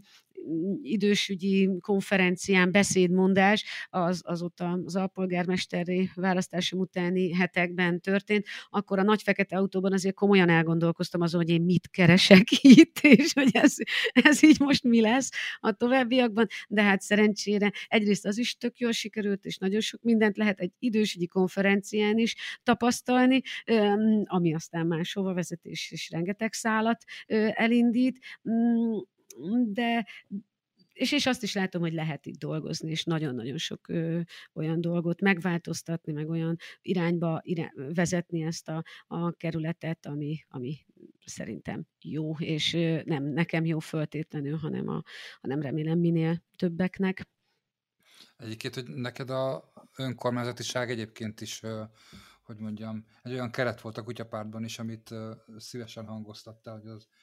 Speaker 2: idősügyi konferencián beszédmondás, az, az ott az alpolgármesteri választásom utáni hetekben történt, akkor a nagy fekete autóban azért komolyan elgondolkoztam azon, hogy én mit keresek itt, és hogy ez, ez így most mi lesz a továbbiakban, de hát szerencsére egyrészt az is tök jól sikerült, és nagyon sok mindent lehet egy idősügyi konferencián is tapasztalni, ami aztán máshova vezet, és, és rengeteg szálat elindít, de és, és azt is látom, hogy lehet itt dolgozni, és nagyon-nagyon sok ö, olyan dolgot megváltoztatni, meg olyan irányba irány, vezetni ezt a, a kerületet, ami, ami szerintem jó, és ö, nem nekem jó föltétlenül, hanem, a, hanem remélem minél többeknek.
Speaker 1: Egyébként, hogy neked a önkormányzatiság egyébként is, ö, hogy mondjam, egy olyan keret volt a kutyapártban is, amit ö, szívesen hangoztattál, hogy az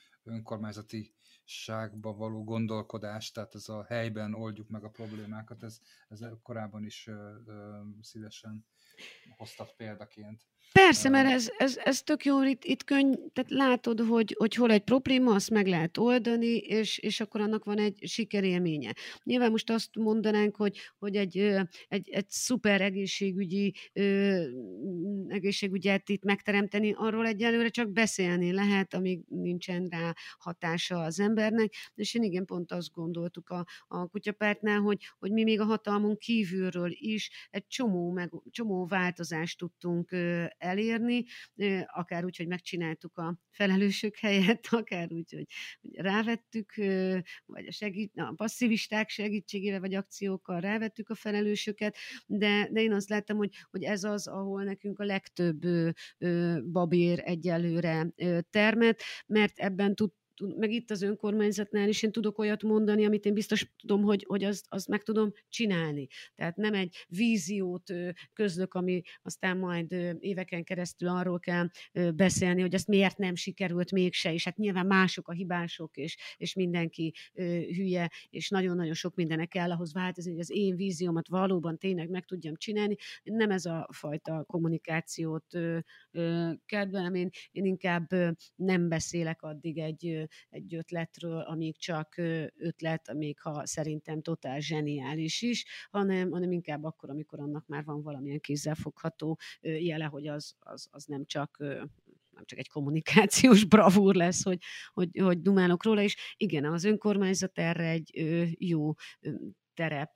Speaker 1: önkormányzatiságba való gondolkodás, tehát ez a helyben oldjuk meg a problémákat, ez, ez korábban is ö, ö, szívesen hoztat példaként.
Speaker 2: Persze, mert
Speaker 1: Ö,
Speaker 2: ez, ez, ez tök jó, itt, itt könny, tehát látod, hogy, hogy hol egy probléma, azt meg lehet oldani, és, és akkor annak van egy sikerélménye. Nyilván most azt mondanánk, hogy, hogy egy, ö, egy, egy szuper egészségügyi ö, egészségügyet itt megteremteni, arról egyelőre csak beszélni lehet, amíg nincsen rá hatása az embernek, és én igen, pont azt gondoltuk a, a kutyapártnál, hogy, hogy mi még a hatalmon kívülről is egy csomó, meg, csomó változást tudtunk ö, elérni, ö, akár úgy, hogy megcsináltuk a felelősök helyett, akár úgy, hogy, hogy rávettük, ö, vagy a, segít, a passzivisták segítségével, vagy akciókkal rávettük a felelősöket, de, de én azt láttam, hogy, hogy ez az, ahol nekünk a legtöbb ö, ö, babér egyelőre ö, termet, mert ebben tud tud- meg itt az önkormányzatnál is én tudok olyat mondani, amit én biztos tudom, hogy, hogy azt, azt meg tudom csinálni. Tehát nem egy víziót ö, közlök, ami aztán majd ö, éveken keresztül arról kell ö, beszélni, hogy azt miért nem sikerült mégse, és hát nyilván mások a hibások, és, és mindenki ö, hülye, és nagyon-nagyon sok mindenek kell ahhoz változni, hogy az én víziómat valóban tényleg meg tudjam csinálni. Nem ez a fajta kommunikációt ö, ö, kedvelem, én, én inkább ö, nem beszélek addig egy, ö, egy ötletről, amíg csak ö, ötlet, még ha szerintem totál zseniális is, hanem, hanem inkább akkor, amikor annak már van valamilyen kézzelfogható ö, jele, hogy az, az, az nem csak ö, nem csak egy kommunikációs bravúr lesz, hogy, hogy, hogy dumálok róla, és igen, az önkormányzat erre egy ö, jó ö, terep,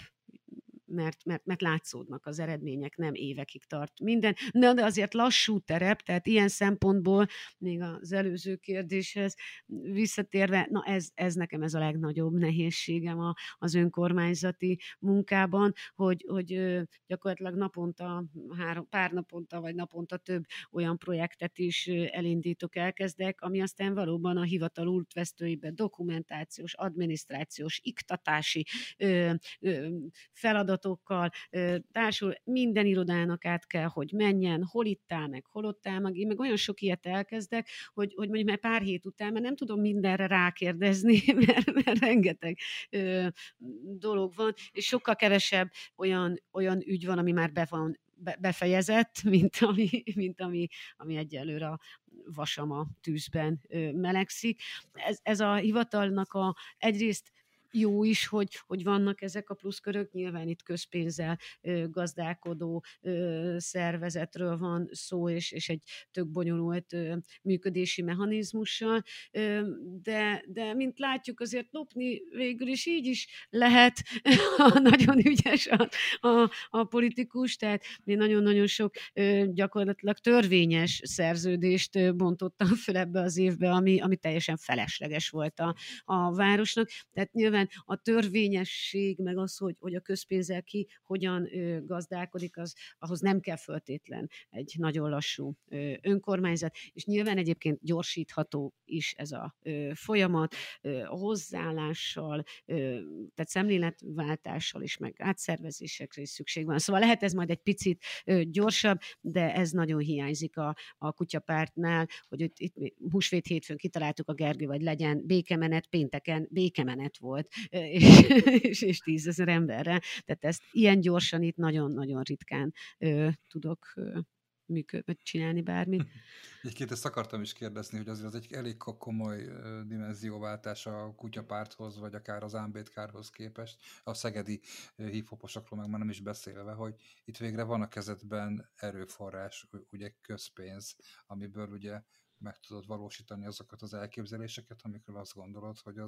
Speaker 2: mert, mert, mert látszódnak az eredmények, nem évekig tart minden, de, de azért lassú terep, tehát ilyen szempontból még az előző kérdéshez visszatérve, na ez, ez nekem ez a legnagyobb nehézségem a, az önkormányzati munkában, hogy, hogy ö, gyakorlatilag naponta, három, pár naponta, vagy naponta több olyan projektet is ö, elindítok, elkezdek, ami aztán valóban a hivatal útvesztőibe dokumentációs, adminisztrációs, iktatási ö, ö, feladatokkal ö, társul, minden irodának át kell, hogy menjen, hol itt áll meg, hol ott áll meg, én meg olyan sok ilyet elkezdek, hogy, hogy mondjuk már pár hét után, mert nem tudom mindenre rákérdezni, mert, mert rengeteg ö, dolog van, és sokkal kevesebb olyan, olyan ügy van, ami már be van be- befejezett, mint ami, mint ami, ami egyelőre a vasam a tűzben ö, melegszik. Ez, ez a hivatalnak a egyrészt jó is, hogy, hogy vannak ezek a pluszkörök, nyilván itt közpénzzel ö, gazdálkodó ö, szervezetről van szó, és, és egy tök bonyolult ö, működési mechanizmussal, ö, de, de mint látjuk, azért lopni végül is így is lehet, nagyon ügyes a, a, a politikus, tehát én nagyon-nagyon sok ö, gyakorlatilag törvényes szerződést ö, bontottam fel ebbe az évbe, ami, ami teljesen felesleges volt a, a városnak, tehát nyilván a törvényesség, meg az, hogy, hogy a közpénzzel ki hogyan ö, gazdálkodik, az, ahhoz nem kell föltétlen egy nagyon lassú ö, önkormányzat, és nyilván egyébként gyorsítható is ez a ö, folyamat, ö, a hozzáállással, ö, tehát szemléletváltással is, meg átszervezésekre is szükség van. Szóval lehet ez majd egy picit ö, gyorsabb, de ez nagyon hiányzik a, a kutyapártnál, hogy itt, itt húsvét hétfőn kitaláltuk a Gergő, vagy legyen békemenet, pénteken békemenet volt, és, és, és tízezer emberre. Tehát ezt ilyen gyorsan itt nagyon-nagyon ritkán ö, tudok ö, működni, csinálni bármit.
Speaker 1: Egyébként ezt akartam is kérdezni, hogy azért az egy elég komoly ö, dimenzióváltás a kutyapárthoz, vagy akár az Ámbétkárhoz képest, a szegedi ö, hiphoposokról meg már nem is beszélve, hogy itt végre van a kezedben erőforrás, u- ugye közpénz, amiből ugye meg tudod valósítani azokat az elképzeléseket, amikről azt gondolod, hogy az,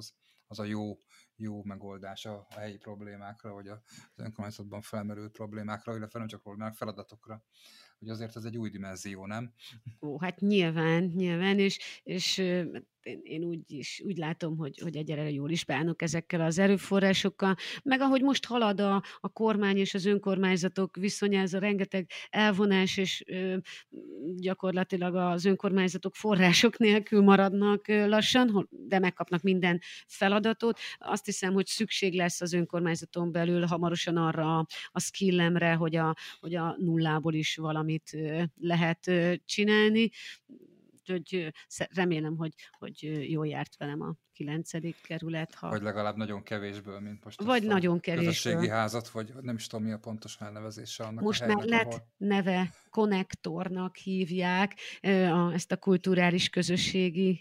Speaker 1: az a jó, jó megoldás a, a helyi problémákra, vagy az önkormányzatban felmerült problémákra, illetve nem csak problémák, feladatokra. Hogy azért ez egy új dimenzió, nem?
Speaker 2: Ó, hát nyilván, nyilván, és, és én, én úgy is úgy látom, hogy, hogy egyre jól is bánok ezekkel az erőforrásokkal, meg ahogy most halad a, a kormány és az önkormányzatok viszonya, ez a rengeteg elvonás, és ö, gyakorlatilag az önkormányzatok források nélkül maradnak ö, lassan, de megkapnak minden feladatot. Azt hiszem, hogy szükség lesz az önkormányzaton belül hamarosan arra a, a skillemre, hogy a, hogy a nullából is valamit ö, lehet ö, csinálni. Úgyhogy remélem, hogy, hogy jól járt velem a kilencedik kerület. Ha...
Speaker 1: Vagy legalább nagyon kevésből, mint most
Speaker 2: vagy
Speaker 1: ezt
Speaker 2: nagyon
Speaker 1: a
Speaker 2: kevésből.
Speaker 1: közösségi házat, vagy nem is tudom, mi a pontos elnevezése annak
Speaker 2: most
Speaker 1: a helynek,
Speaker 2: már lett
Speaker 1: ahol...
Speaker 2: neve, Konnektornak hívják ezt a kulturális közösségi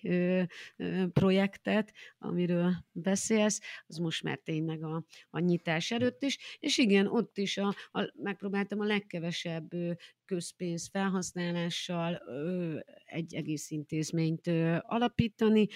Speaker 2: projektet, amiről beszélsz, az most már tényleg a, a nyitás előtt is, és igen, ott is a, a, megpróbáltam a legkevesebb közpénz felhasználással egy egész intézményt alapítani,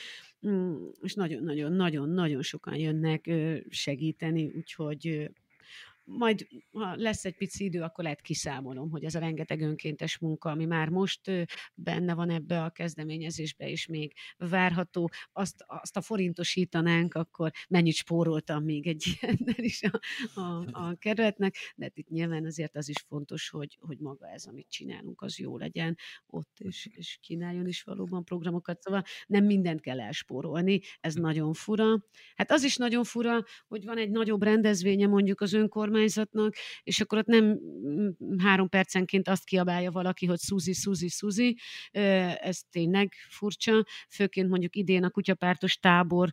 Speaker 2: és nagyon-nagyon-nagyon-nagyon sokan jönnek segíteni, úgyhogy majd, ha lesz egy pici idő, akkor lehet kiszámolom, hogy ez a rengeteg önkéntes munka, ami már most benne van ebbe a kezdeményezésbe, és még várható, azt, azt a forintosítanánk, akkor mennyit spóroltam még egy ilyennel is a, a, a kerületnek, de itt nyilván azért az is fontos, hogy, hogy maga ez, amit csinálunk, az jó legyen ott, és, és kínáljon is valóban programokat, szóval nem mindent kell elspórolni, ez nagyon fura. Hát az is nagyon fura, hogy van egy nagyobb rendezvénye mondjuk az önkormányzatnak, és akkor ott nem három percenként azt kiabálja valaki, hogy Szuzi, Szuzi, Szuzi. Ez tényleg furcsa. Főként mondjuk idén a kutyapártos tábor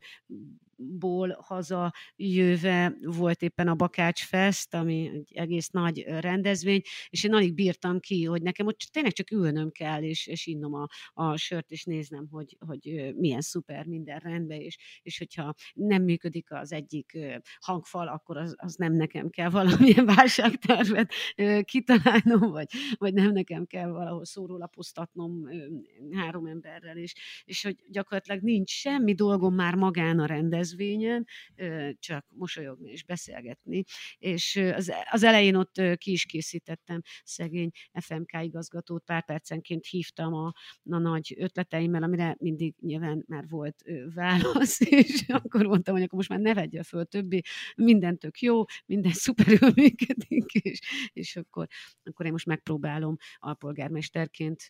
Speaker 2: ból haza jöve volt éppen a Bakács Fest, ami egy egész nagy rendezvény, és én alig bírtam ki, hogy nekem ott tényleg csak ülnöm kell, és, és innom a, a sört, és néznem, hogy, hogy milyen szuper, minden rendben, és, és hogyha nem működik az egyik hangfal, akkor az, az nem nekem kell valamilyen válságtervet kitalálnom, vagy, vagy nem nekem kell valahol szórólapoztatnom három emberrel, és, és hogy gyakorlatilag nincs semmi dolgom már magán a rendezvényen, csak mosolyogni és beszélgetni. És az, az elején ott ki is készítettem szegény ef em ká igazgatót, pár percenként hívtam a, a nagy ötleteimmel, amire mindig nyilván már volt válasz, és akkor mondtam, hogy akkor most már ne vegye föl többé, minden tök jó, minden szuperül működik, és, és akkor, akkor én most megpróbálom alpolgármesterként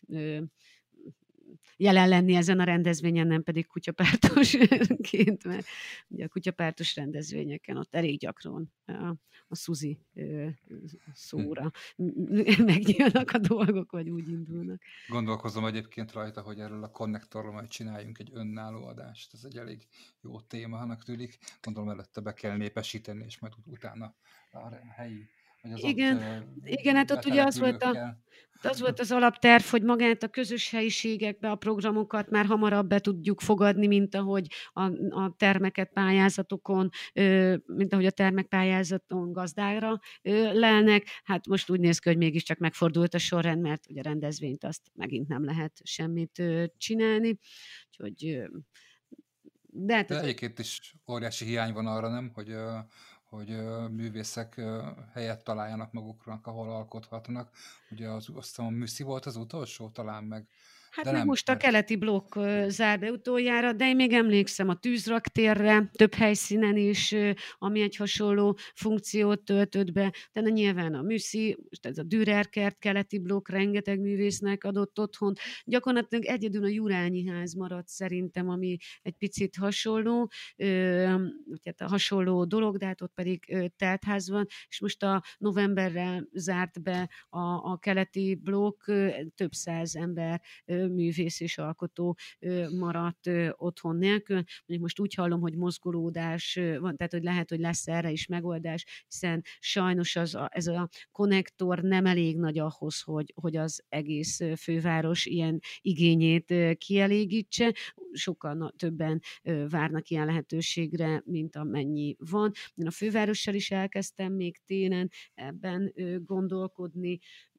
Speaker 2: jelen lenni ezen a rendezvényen, nem pedig kutyapártosként, mert ugye a kutyapártos rendezvényeken ott elég gyakran a, a Szuzi szóra megnyílnak a dolgok, vagy úgy indulnak.
Speaker 1: Gondolkozom egyébként rajta, hogy erről a konnektorról majd csináljunk egy önálló adást. Ez egy elég jó témának tűnik. Gondolom előtte be kell népesíteni, és majd utána a helyi Az
Speaker 2: igen, igen, hát ott ugye az volt, a, az volt az alapterv, hogy magát a közös helyiségekbe a programokat már hamarabb be tudjuk fogadni, mint ahogy a, a termeket pályázatokon, mint ahogy a termek pályázaton gazdára lelnek. Hát most úgy néz ki, hogy mégiscsak megfordult a sorrend, mert ugye a rendezvényt azt megint nem lehet semmit csinálni. Úgyhogy
Speaker 1: de, hát de egyébként is óriási hiány van arra, nem, hogy hogy művészek helyet találjanak maguknak, ahol alkothatnak. Ugye az, azt hiszem, a Műszi volt az utolsó, talán meg.
Speaker 2: Hát
Speaker 1: de
Speaker 2: meg
Speaker 1: nem,
Speaker 2: most a keleti blokk zár be utoljára, de én még emlékszem a tűzraktérre, több helyszínen is, ami egy hasonló funkciót töltött be, de nyilván a Műszi, most ez a Dürer-kert keleti blokk rengeteg művésznek adott otthont. Gyakorlatilag egyedül a Jurányi ház maradt szerintem, ami egy picit hasonló, tehát a hasonló dolog, de hát ott pedig teltház van, és most a novemberre zárt be a, a keleti blokk, több száz ember művész és alkotó maradt otthon nélkül. Mondjuk most úgy hallom, hogy mozgolódás van, tehát hogy lehet, hogy lesz erre is megoldás, hiszen sajnos az a, ez a konnektor nem elég nagy ahhoz, hogy, hogy az egész főváros ilyen igényét kielégítse. Sokkal többen várnak ilyen lehetőségre, mint amennyi van. Én a fővárossal is elkezdtem még télen ebben gondolkodni,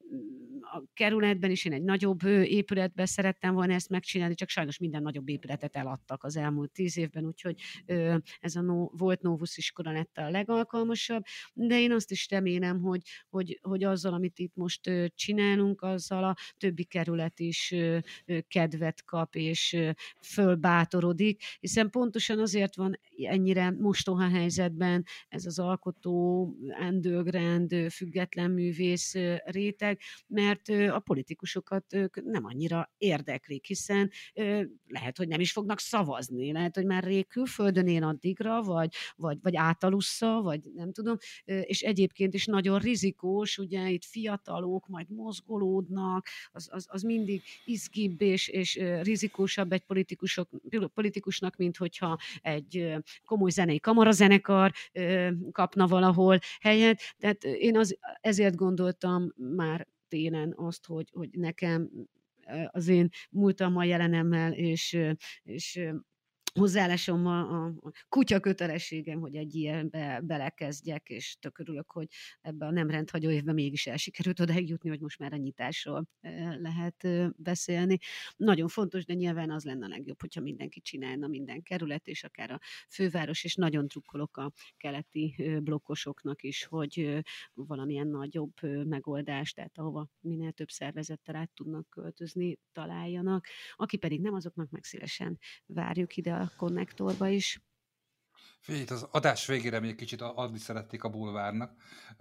Speaker 2: a kerületben is én egy nagyobb épületben szerettem volna ezt megcsinálni, csak sajnos minden nagyobb épületet eladtak az elmúlt tíz évben, úgyhogy ez a no, volt Novus iskola lett a legalkalmasabb, de én azt is remélem, hogy, hogy, hogy azzal, amit itt most csinálunk, azzal a többi kerület is kedvet kap és fölbátorodik, hiszen pontosan azért van ennyire mostoha helyzetben ez az alkotó, underground, független művész réteg, mert a politikusokat ők nem annyira érdeklik, hiszen lehet, hogy nem is fognak szavazni, lehet, hogy már rég külföldön él addigra, vagy, vagy, vagy átalussza, vagy nem tudom, és egyébként is nagyon rizikós, ugye itt fiatalok majd mozgolódnak, az, az, az mindig izgibb és, és rizikósabb egy politikusok, politikusnak, mint hogyha egy komoly zenei kamarazenekar kapna valahol helyet. Tehát én az, ezért gondoltam már télen azt, hogy, hogy nekem az én múltammal, jelenemmel és, és hozzáállásommal a, a kutya kötelességem, hogy egy ilyenbe belekezdjek, és tök örülök, hogy ebbe a nem rendhagyó évben mégis el sikerült odaig jutni, hogy most már a nyitásról lehet beszélni. Nagyon fontos, de nyilván az lenne a legjobb, hogyha mindenki csinálna, minden kerület, és akár a főváros, és nagyon drukkolok a keleti blokkosoknak is, hogy valamilyen nagyobb megoldást, tehát ahova minél több szervezettel át tudnak költözni, találjanak. Aki pedig nem, azoknak meg szívesen várjuk ide a konnektorba is.
Speaker 1: Figyelj, itt az adás végére még kicsit adni szerették a bulvárnak.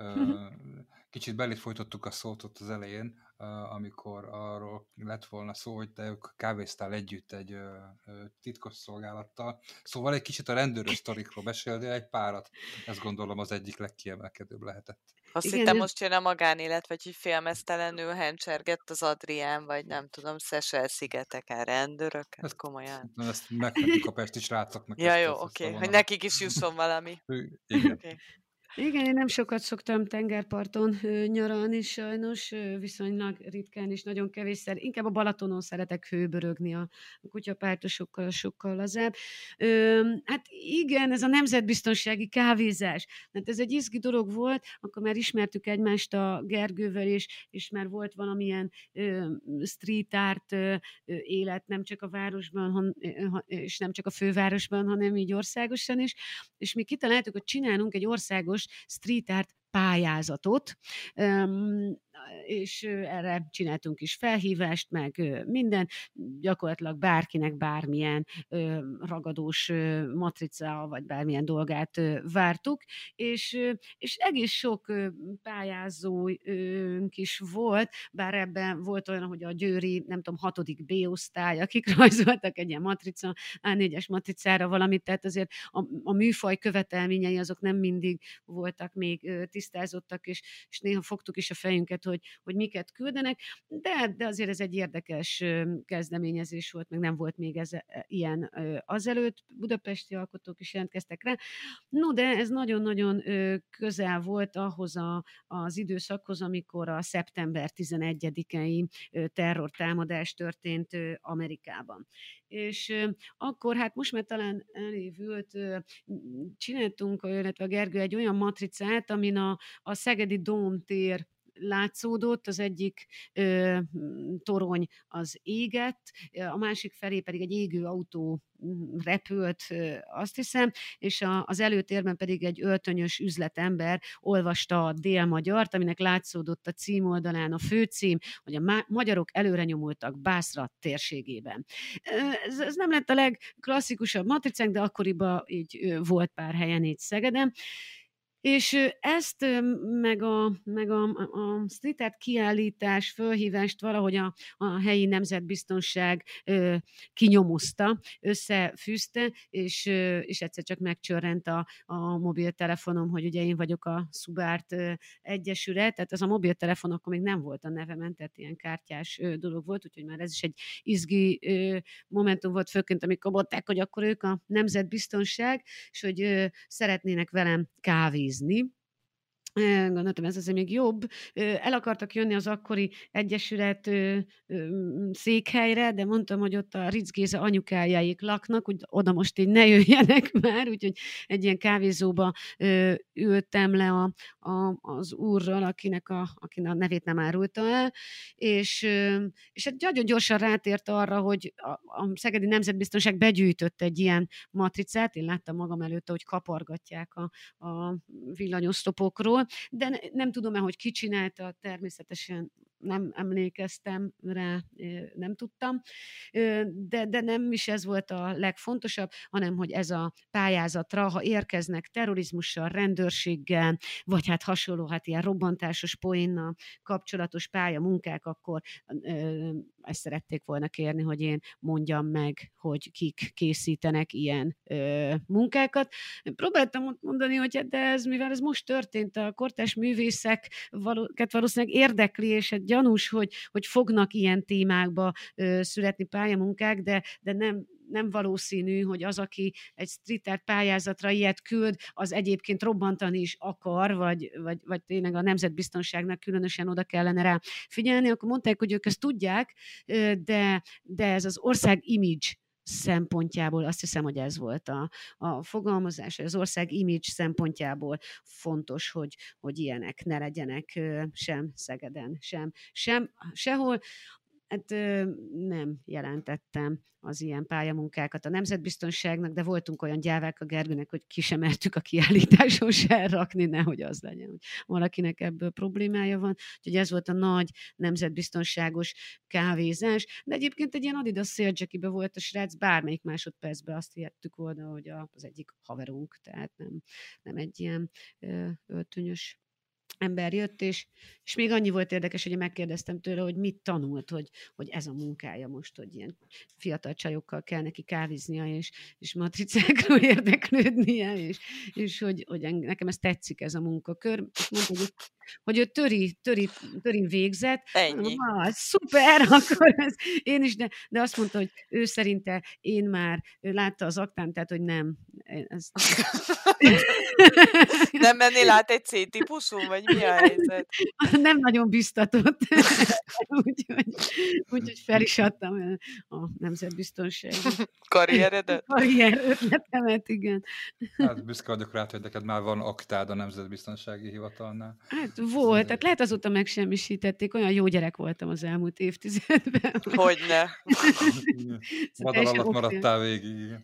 Speaker 1: Kicsit belét folytottuk a szót ott az elején, amikor arról lett volna szó, hogy te ők kávéztál együtt egy titkos szolgálattal. Szóval egy kicsit a rendőrös sztorikról beszéltél, egy párat. Ezt gondolom az egyik legkiemelkedőbb lehetett.
Speaker 3: Azt
Speaker 2: Igen,
Speaker 3: hittem,
Speaker 2: ez-
Speaker 3: most jön a magánélet, vagy hogy félmeztelenül hencsergett az Adrián, vagy nem tudom, Szesel-szigeteken rendőrök, hát
Speaker 1: Ezt,
Speaker 3: komolyan.
Speaker 1: ezt meghagyjuk a pesti srácoknak.
Speaker 3: Ja,
Speaker 1: ezt
Speaker 3: jó,
Speaker 1: az-
Speaker 3: oké,
Speaker 1: ezt a
Speaker 3: hogy
Speaker 1: vonalat.
Speaker 3: nekik is jusson valami.
Speaker 1: Igen.
Speaker 3: Oké.
Speaker 2: Igen, én nem sokat szoktam tengerparton ö, nyaralni, sajnos, ö, viszonylag ritkán és nagyon kevésszer. Inkább a Balatonon szeretek hőbörögni a kutyapártosokkal, sokkal lazább. Ö, hát igen, ez a nemzetbiztonsági kávézás. Hát ez egy izgi dolog volt, akkor már ismertük egymást a Gergővel, és, és már volt valamilyen ö, street art ö, ö, élet, nem csak a városban, han, ö, ha- és nem csak a fővárosban, hanem így országosan is. És mi kitaláltuk, hogy csinálunk egy országos street art pályázatot, Öm, és ö, erre csináltunk is felhívást, meg ö, minden, gyakorlatilag bárkinek bármilyen ö, ragadós ö, matrica, vagy bármilyen dolgát ö, vártuk, és, ö, és egész sok ö, pályázónk is volt, bár ebben volt olyan, hogy a győri, nem tudom, hatodik B-osztály, akik rajzoltak egy ilyen matrica, á négyes matricára valamit, tehát azért a, a műfaj követelményei azok nem mindig voltak még ö, tisztázottak, és, és néha fogtuk is a fejünket, hogy, hogy miket küldenek, de, de azért ez egy érdekes ö, kezdeményezés volt, meg nem volt még ez e, ilyen ö, azelőtt, budapesti alkotók is jelentkeztek rá. No, de ez nagyon-nagyon ö, közel volt ahhoz a, az időszakhoz, amikor a szeptember tizenegyedikei ö, terrortámadás történt ö, Amerikában. És ö, akkor, hát most már talán elévült, ö, csináltunk, illetve a Gergő egy olyan matricát, amin a, a Szegedi Dóm tér látszódott, az egyik ö, torony az égett, a másik felé pedig egy égő autó mm, repült, ö, azt hiszem, és a, az előtérben pedig egy öltönyös üzletember olvasta a Dél-Magyart, aminek látszódott a címoldalán a főcím, hogy a má- magyarok előre nyomultak Bászra térségében. Ö, Ez, ez nem lett a legklasszikusabb matricánk, de akkoriban így ö, volt pár helyen így Szegeden. És ö, ezt ö, meg a, meg a, a street art kiállítás, fölhívást valahogy a, a helyi nemzetbiztonság ö, kinyomozta, összefűzte, és, ö, és egyszer csak megcsörrent a, a mobiltelefonom, hogy ugye én vagyok a Szubárt ö, Egyesület, tehát ez a mobiltelefon akkor még nem volt a nevemen, tehát ilyen kártyás ö, dolog volt, úgyhogy már ez is egy izgi ö, momentum volt, főként amikor mondták, hogy akkor ők a nemzetbiztonság, és hogy ö, szeretnének velem kávézni. Gondoltam, ez azért még jobb. El akartak jönni az akkori egyesület székhelyre, de mondtam, hogy ott a Ritz Géza anyukájáik laknak, úgy oda most így ne jöjjenek már, úgyhogy egy ilyen kávézóba ültem le a, a, az úrral, akinek a, akinek a nevét nem árulta el, és, és nagyon gyorsan rátért arra, hogy a, a Szegedi Nemzetbiztonság begyűjtött egy ilyen matricát, én láttam magam előtte, hogy kapargatják a, a villanyosztopokról, de ne, nem tudom-e, hogy ki csinálta, természetesen nem emlékeztem rá, nem tudtam, de, de nem is ez volt a legfontosabb, hanem hogy ez a pályázatra, ha érkeznek terrorizmussal, rendőrséggel, vagy hát hasonló, hát ilyen robbantásos poénnal kapcsolatos pályamunkák, akkor ezt szerették volna kérni, hogy én mondjam meg, hogy kik készítenek ilyen ö, munkákat. Próbáltam mondani, hogy de ez, mivel ez most történt, a kortárs művészeket valószínűleg érdekli, és hát gyanús, hogy, hogy fognak ilyen témákba ö, születni pályamunkák, de, de nem, nem valószínű, hogy az, aki egy street art pályázatra ilyet küld, az egyébként robbantani is akar, vagy, vagy, vagy tényleg a nemzetbiztonságnak különösen oda kellene rá figyelni. Akkor mondták, hogy ők ezt tudják, de, de ez az ország image szempontjából, azt hiszem, hogy ez volt a, a fogalmazás, az ország image szempontjából fontos, hogy, hogy ilyenek ne legyenek sem Szegeden, sem, sem sehol. Hát nem jelentettem az ilyen pályamunkákat a nemzetbiztonságnak, de voltunk olyan gyávák a Gergőnek, hogy ki sem mertük a kiállításon se rakni, nehogy az legyen, hogy valakinek ebből problémája van. Úgyhogy ez volt a nagy nemzetbiztonságos kávézás, de egyébként egy ilyen Adidas széldzsekibe volt a srác, bármelyik másodpercben azt hihettük volna, hogy az egyik haverunk, tehát nem, nem egy ilyen öltönyös ember jött, és, és még annyi volt érdekes, hogy megkérdeztem tőle, hogy mit tanult, hogy, hogy ez a munkája most, hogy ilyen fiatal csajokkal kell neki káviznia, és, és matricákról érdeklődnie, és, és hogy, hogy nekem ez tetszik, ez a munkakör. És mondta, hogy, hogy ő töri, töri, töri végzett.
Speaker 3: Ennyi.
Speaker 2: Ah, szuper, akkor ez, én is, de, de azt mondta, hogy ő szerinte én már, ő látta az aktám, tehát, hogy nem. Ez...
Speaker 3: Nem mennél át egy C-típusú, vagy mi a helyzet?
Speaker 2: Nem nagyon biztatott. Úgyhogy úgy, fel is adtam a nemzetbiztonsági
Speaker 3: karrieredet.
Speaker 2: Karrier ötletemet, igen.
Speaker 1: Hát büszke vagyok rá, hogy neked már van aktád a Nemzetbiztonsági Hivatalnál.
Speaker 2: Hát volt, tehát lehet azóta megsemmisítették, olyan jó gyerek voltam az elmúlt évtizedben.
Speaker 3: Hogyne.
Speaker 1: Vadal alatt maradtál végig, igen.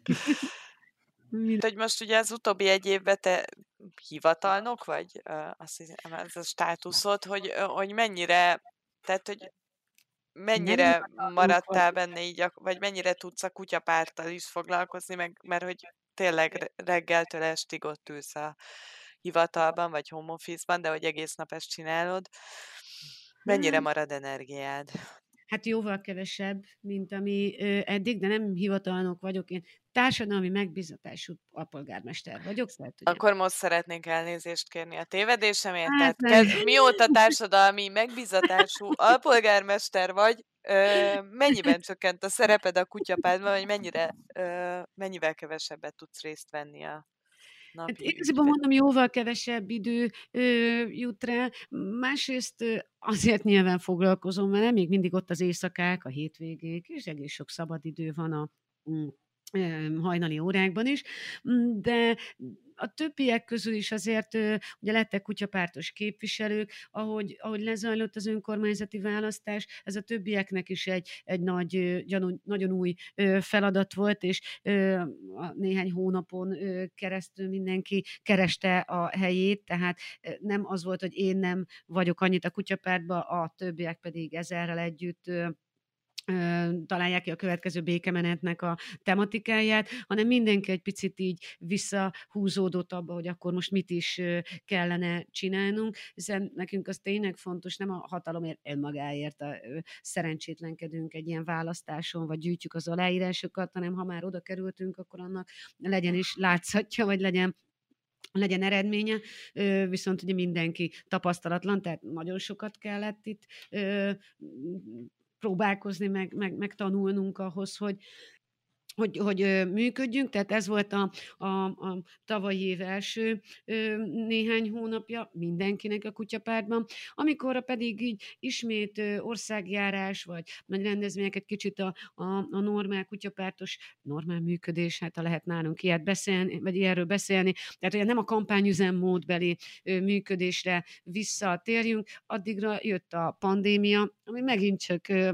Speaker 3: Hogy most ugye az utóbbi egy évben te hivatalnok vagy, azt hiszem, ez a státuszod, hogy, hogy mennyire, tehát, hogy mennyire maradtál benne így, vagy mennyire tudsz a kutyapárttal is foglalkozni, meg, mert hogy tényleg reggeltől estig ott ülsz a hivatalban, vagy home office-ban, de hogy egész nap ezt csinálod. Mennyire marad energiád?
Speaker 2: Hát jóval kevesebb, mint ami ö, eddig, de nem hivatalnok vagyok, én társadalmi megbízatású alpolgármester vagyok. Szóval, ugye...
Speaker 3: Akkor most szeretnénk elnézést kérni a tévedésemért.
Speaker 2: Hát,
Speaker 3: Tehát kez, mióta társadalmi megbízatású alpolgármester vagy, ö, mennyiben csökkent a szereped a kutyapártban, vagy mennyire, ö, mennyivel kevesebbet tudsz részt venni a
Speaker 2: Hát igazából mondom, jóval kevesebb idő ö, jut rá. Másrészt ö, azért nyilván foglalkozom vele, még mindig ott az éjszakák, a hétvégék, és egész sok szabadidő van a mm, ö, hajnali órákban is, de a többiek közül is azért ugye lettek kutyapártos képviselők, ahogy, ahogy lezajlott az önkormányzati választás, ez a többieknek is egy, egy nagy, gyanú, nagyon új feladat volt, és a néhány hónapon keresztül mindenki kereste a helyét, tehát nem az volt, hogy én nem vagyok annyit a kutyapártba, a többiek pedig ezerrel együtt találják ki a következő békemenetnek a tematikáját, hanem mindenki egy picit így visszahúzódott abba, hogy akkor most mit is kellene csinálnunk, hiszen nekünk az tényleg fontos, nem a hatalomért önmagáért a, szerencsétlenkedünk egy ilyen választáson, vagy gyűjtjük az aláírásokat, hanem ha már oda kerültünk, akkor annak legyen is látszatja, vagy legyen legyen eredménye, viszont ugye mindenki tapasztalatlan, tehát nagyon sokat kellett itt próbálkozni, meg, meg, meg tanulnunk ahhoz, hogy, hogy, hogy ö, működjünk, tehát ez volt a, a, a tavalyi év első ö, néhány hónapja mindenkinek a kutyapártban, amikor pedig így ismét ö, országjárás, vagy nagy rendezvényeket kicsit a, a, a normál kutyapártos, normál működés, hát ha lehet nálunk ilyet beszélni, vagy ilyenről beszélni, tehát ugye nem a kampányüzemmódbeli ö, működésre visszatérjünk, addigra jött a pandémia, ami megint csak ö,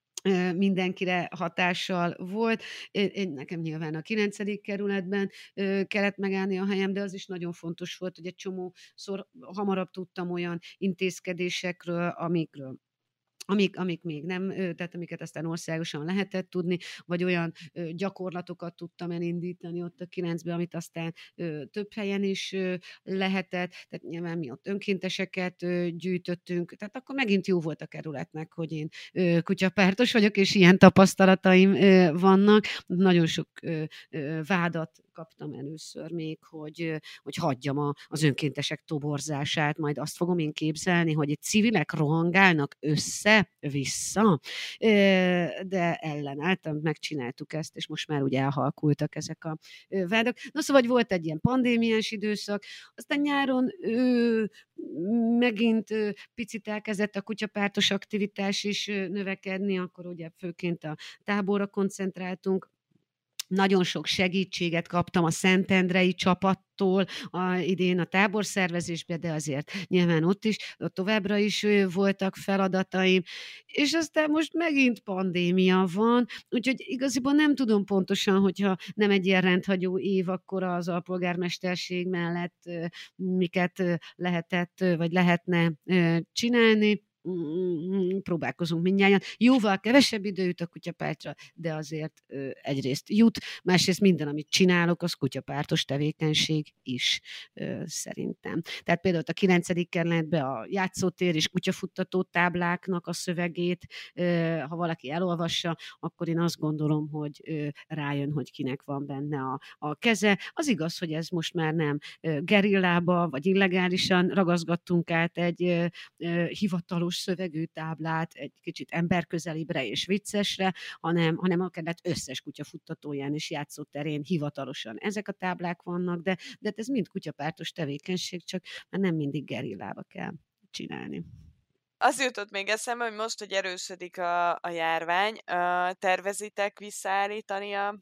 Speaker 2: ö, mindenkire hatással volt. Én, én nekem nyilván a kilencedik kerületben ö, kellett megállni a helyem, de az is nagyon fontos volt, hogy egy csomószor hamarabb tudtam olyan intézkedésekről, amikről amik, amik még nem, ö, tehát amiket aztán országosan lehetett tudni, vagy olyan ö, gyakorlatokat tudtam elindítani ott a kilencben, amit aztán ö, több helyen is ö, lehetett, tehát nyilván mi ott önkénteseket ö, gyűjtöttünk, tehát akkor megint jó volt a kerületnek, hogy én ö, kutyapártos vagyok, és ilyen tapasztalataim ö, vannak. Nagyon sok ö, ö, vádat kaptam először még, hogy, ö, hogy hagyjam a, az önkéntesek toborzását, majd azt fogom én képzelni, hogy itt civilek rohangálnak össze-vissza, Ö, de ellenálltam, megcsináltuk ezt, és most már ugye elhalkultak ezek a ö, vádak. Na szóval, hogy volt egy ilyen pandémiás időszak, aztán nyáron ö, megint ö, picit elkezdett a kutyapártos aktivitás is ö, növekedni, akkor ugye főként a táborra koncentráltunk, nagyon sok segítséget kaptam a Szentendrei csapattól a, idén a táborszervezésbe, de azért nyilván ott is, ott továbbra is ö, voltak feladataim, és aztán most megint pandémia van, úgyhogy igaziból nem tudom pontosan, hogyha nem egy ilyen rendhagyó év, akkor az alpolgármesterség mellett ö, miket ö, lehetett, ö, vagy lehetne ö, csinálni. Mm, próbálkozunk mindnyájan. Jóval kevesebb idő jut a kutyapártra, de azért ö, egyrészt jut, másrészt minden, amit csinálok, az kutyapártos tevékenység is ö, szerintem. Tehát például a kilencedik kerületben a játszótér és kutyafuttató tábláknak a szövegét, ö, ha valaki elolvassa, akkor én azt gondolom, hogy ö, rájön, hogy kinek van benne a, a keze. Az igaz, hogy ez most már nem ö, gerillába, vagy illegálisan ragaszgattunk át egy ö, ö, hivatalos szövegű táblát egy kicsit emberközelibre és viccesre, hanem, hanem a kerület összes kutyafuttatóján és játszóterén hivatalosan ezek a táblák vannak, de, de ez mind kutyapártos tevékenység, csak már nem mindig gerillába kell csinálni.
Speaker 3: Az jutott még eszembe, hogy most, hogy erősödik a, a járvány, ö, tervezitek visszaállítani a,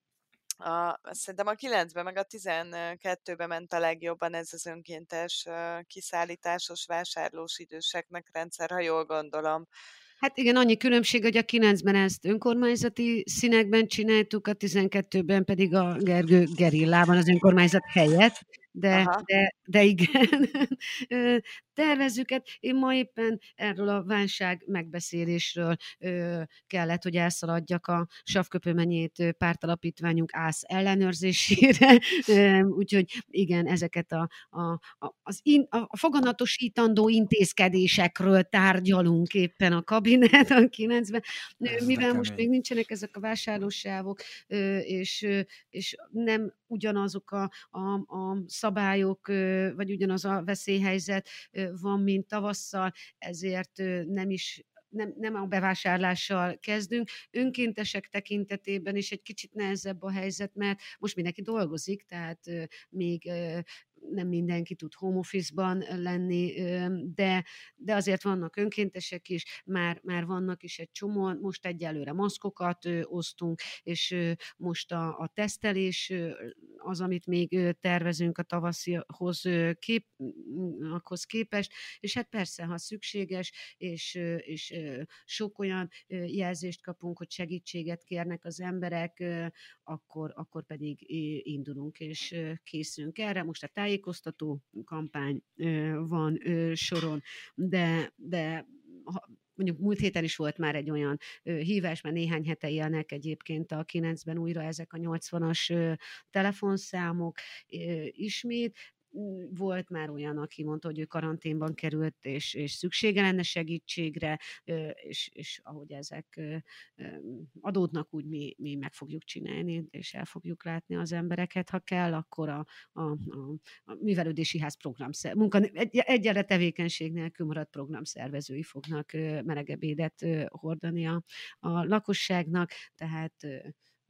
Speaker 3: a, szerintem a kilencben meg a tizenkettőben ment a legjobban ez az önkéntes ö, kiszállításos vásárlós időseknek rendszer, ha jól gondolom.
Speaker 2: Hát igen, annyi különbség, hogy a kilencben ezt önkormányzati színekben csináltuk, a tizenkettőben pedig a Gergő gerillában az önkormányzat helyett, de,
Speaker 3: Aha.
Speaker 2: de, de igen, Ö, tervezzük. Én ma éppen erről a válság megbeszélésről ö, kellett, hogy elszaladjak a Savköpő-Menyét ö, pártalapítványunk ász ellenőrzésére, Ö, úgyhogy igen, ezeket a, a, a, az in, a foganatosítandó intézkedésekről tárgyalunk éppen a kabinet a kilencben, Ö,
Speaker 1: Ez de
Speaker 2: mivel most
Speaker 1: kemény.
Speaker 2: még nincsenek ezek a vásárlósávok, ö, és, ö, és nem ugyanazok a, a, a szabályok, ö, vagy ugyanaz a veszélyhelyzet ö, van, mint tavasszal, ezért ö, nem is nem, nem a bevásárlással kezdünk. Önkéntesek tekintetében is egy kicsit nehezebb a helyzet, mert most mindenki dolgozik, tehát ö, még ö, nem mindenki tud home office-ban lenni, ö, de, de azért vannak önkéntesek is, már, már vannak is egy csomó, most egyelőre maszkokat ö, osztunk, és ö, most a, a tesztelés ö, az, amit még ö, tervezünk a tavaszihoz ö, kép, mm, ahhoz képest, és hát persze, ha szükséges, és, ö, és ö, sok olyan ö, jelzést kapunk, hogy segítséget kérnek az emberek, ö, akkor, akkor pedig ö, indulunk és ö, készülünk erre. Most a tájékoztató kampány ö, van ö, soron, de, de ha, mondjuk múlt héten is volt már egy olyan ö, hívás, mert néhány hete élnek egyébként a kilencben újra ezek a nyolcvanas ö, telefonszámok ö, ismét. Volt már olyan, aki mondta, hogy ő karanténban került, és, és szüksége lenne segítségre, ö, és, és ahogy ezek ö, ö, adódnak, úgy mi, mi meg fogjuk csinálni, és el fogjuk látni az embereket, ha kell, akkor a, a, a, a művelődési ház program, munka, egy, egyre tevékenység nélkül maradt programszervezői fognak ö, melegebb édet ö, hordani a, a lakosságnak, tehát ö,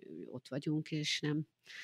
Speaker 2: ott vagyunk, és nem...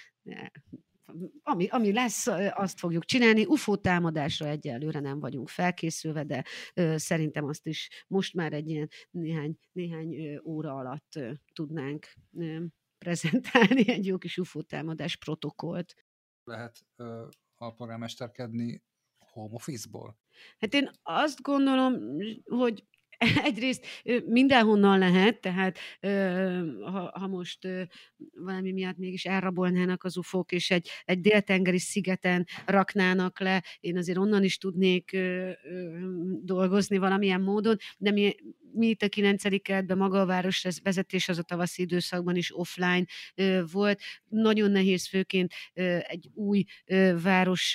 Speaker 2: Ami, ami lesz, azt fogjuk csinálni. u f o támadásra egyelőre nem vagyunk felkészülve, de ö, szerintem azt is most már egy ilyen néhány, néhány ö, óra alatt ö, tudnánk ö, prezentálni egy jó kis u f o támadás protokollt.
Speaker 1: Lehet ö, alpolgármesterkedni home office-ból?
Speaker 2: Hát én azt gondolom, hogy egyrészt mindenhonnan lehet, tehát ha, ha most valami miatt mégis elrabolnának az ufók, és egy, egy déltengeri szigeten raknának le, én azért onnan is tudnék dolgozni valamilyen módon, de mi, mi itt a kilencedik kerületben maga a város vezetés az a tavaszi időszakban is offline volt. Nagyon nehéz főként egy új város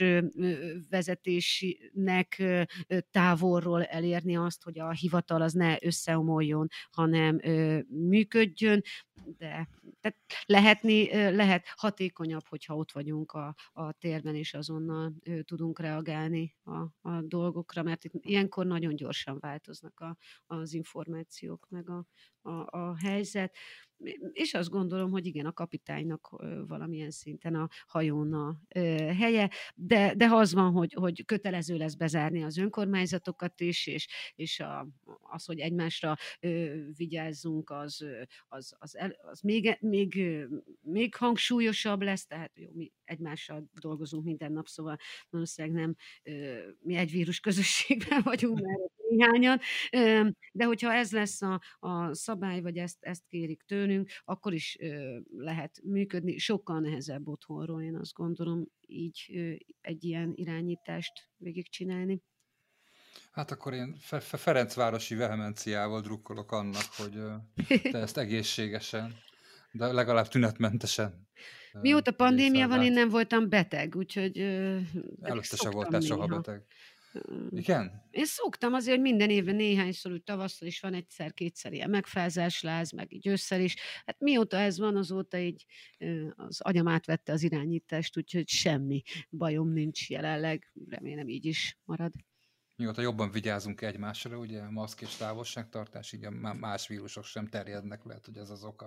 Speaker 2: vezetésnek távolról elérni azt, hogy a hivatal az ne összeomoljon, hanem működjön, de tehát lehetni, lehet hatékonyabb, hogyha ott vagyunk a, a térben, és azonnal tudunk reagálni a, a dolgokra, mert itt ilyenkor nagyon gyorsan változnak a, az információk, meg a, a, a helyzet. És azt gondolom, hogy igen, a kapitánynak valamilyen szinten a hajón a helye, de, de ha az van, hogy, hogy kötelező lesz bezárni az önkormányzatokat is, és, és a, az, hogy egymásra vigyázzunk, az, az, az, el, az még, még, még hangsúlyosabb lesz, tehát jó, mi egymással dolgozunk minden nap, szóval valószínűleg nem mi egy vírus közösségben vagyunk, mert néhányan, de hogyha ez lesz a, a szabály, vagy ezt, ezt kérik tőlünk, akkor is lehet működni. Sokkal nehezebb otthonról, én azt gondolom, így egy ilyen irányítást végigcsinálni.
Speaker 1: Hát akkor én Fe- Fe- Ferencvárosi vehemenciával drukkolok annak, hogy te ezt egészségesen, de legalább tünetmentesen.
Speaker 2: Mióta pandémia van, én nem voltam beteg, úgyhogy...
Speaker 1: Előtte se voltál soha beteg. Igen?
Speaker 2: Én szoktam azért, hogy minden évben néhányszor, úgy tavasszal is van egyszer-kétszer ilyen megfázás, láz, meg így ősszel is. Hát mióta ez van, azóta így az agyam átvette az irányítást, úgyhogy semmi bajom nincs jelenleg. Remélem így is marad.
Speaker 1: Mióta jobban vigyázunk egymásra, ugye maszk és távolságtartás, így más vírusok sem terjednek, lehet, hogy ez az oka.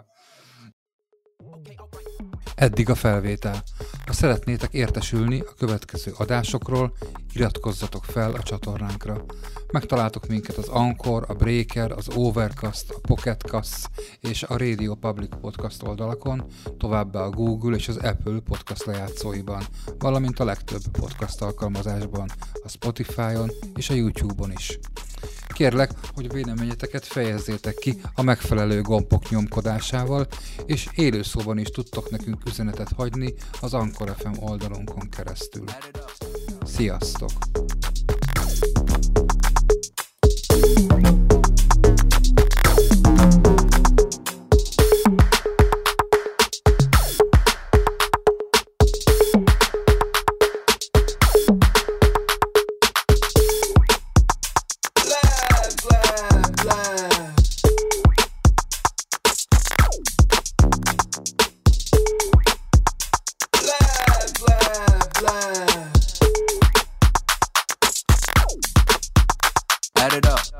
Speaker 1: Eddig a felvétel. Ha szeretnétek értesülni a következő adásokról, iratkozzatok fel a csatornánkra. Megtaláltok minket az Anchor, a Breaker, az Overcast, a Pocket Casts és a Radio Public Podcast oldalakon, továbbá a Google és az Apple podcast lejátszóiban, valamint a legtöbb podcast alkalmazásban, a Spotify-on és a YouTube-on is. Kérlek, hogy a véleményeteket fejezzétek ki a megfelelő gombok nyomkodásával, és élőszóban is tudtok nekünk üzenetet hagyni az Anchor ef em oldalunkon keresztül. Sziasztok!
Speaker 5: Add it up.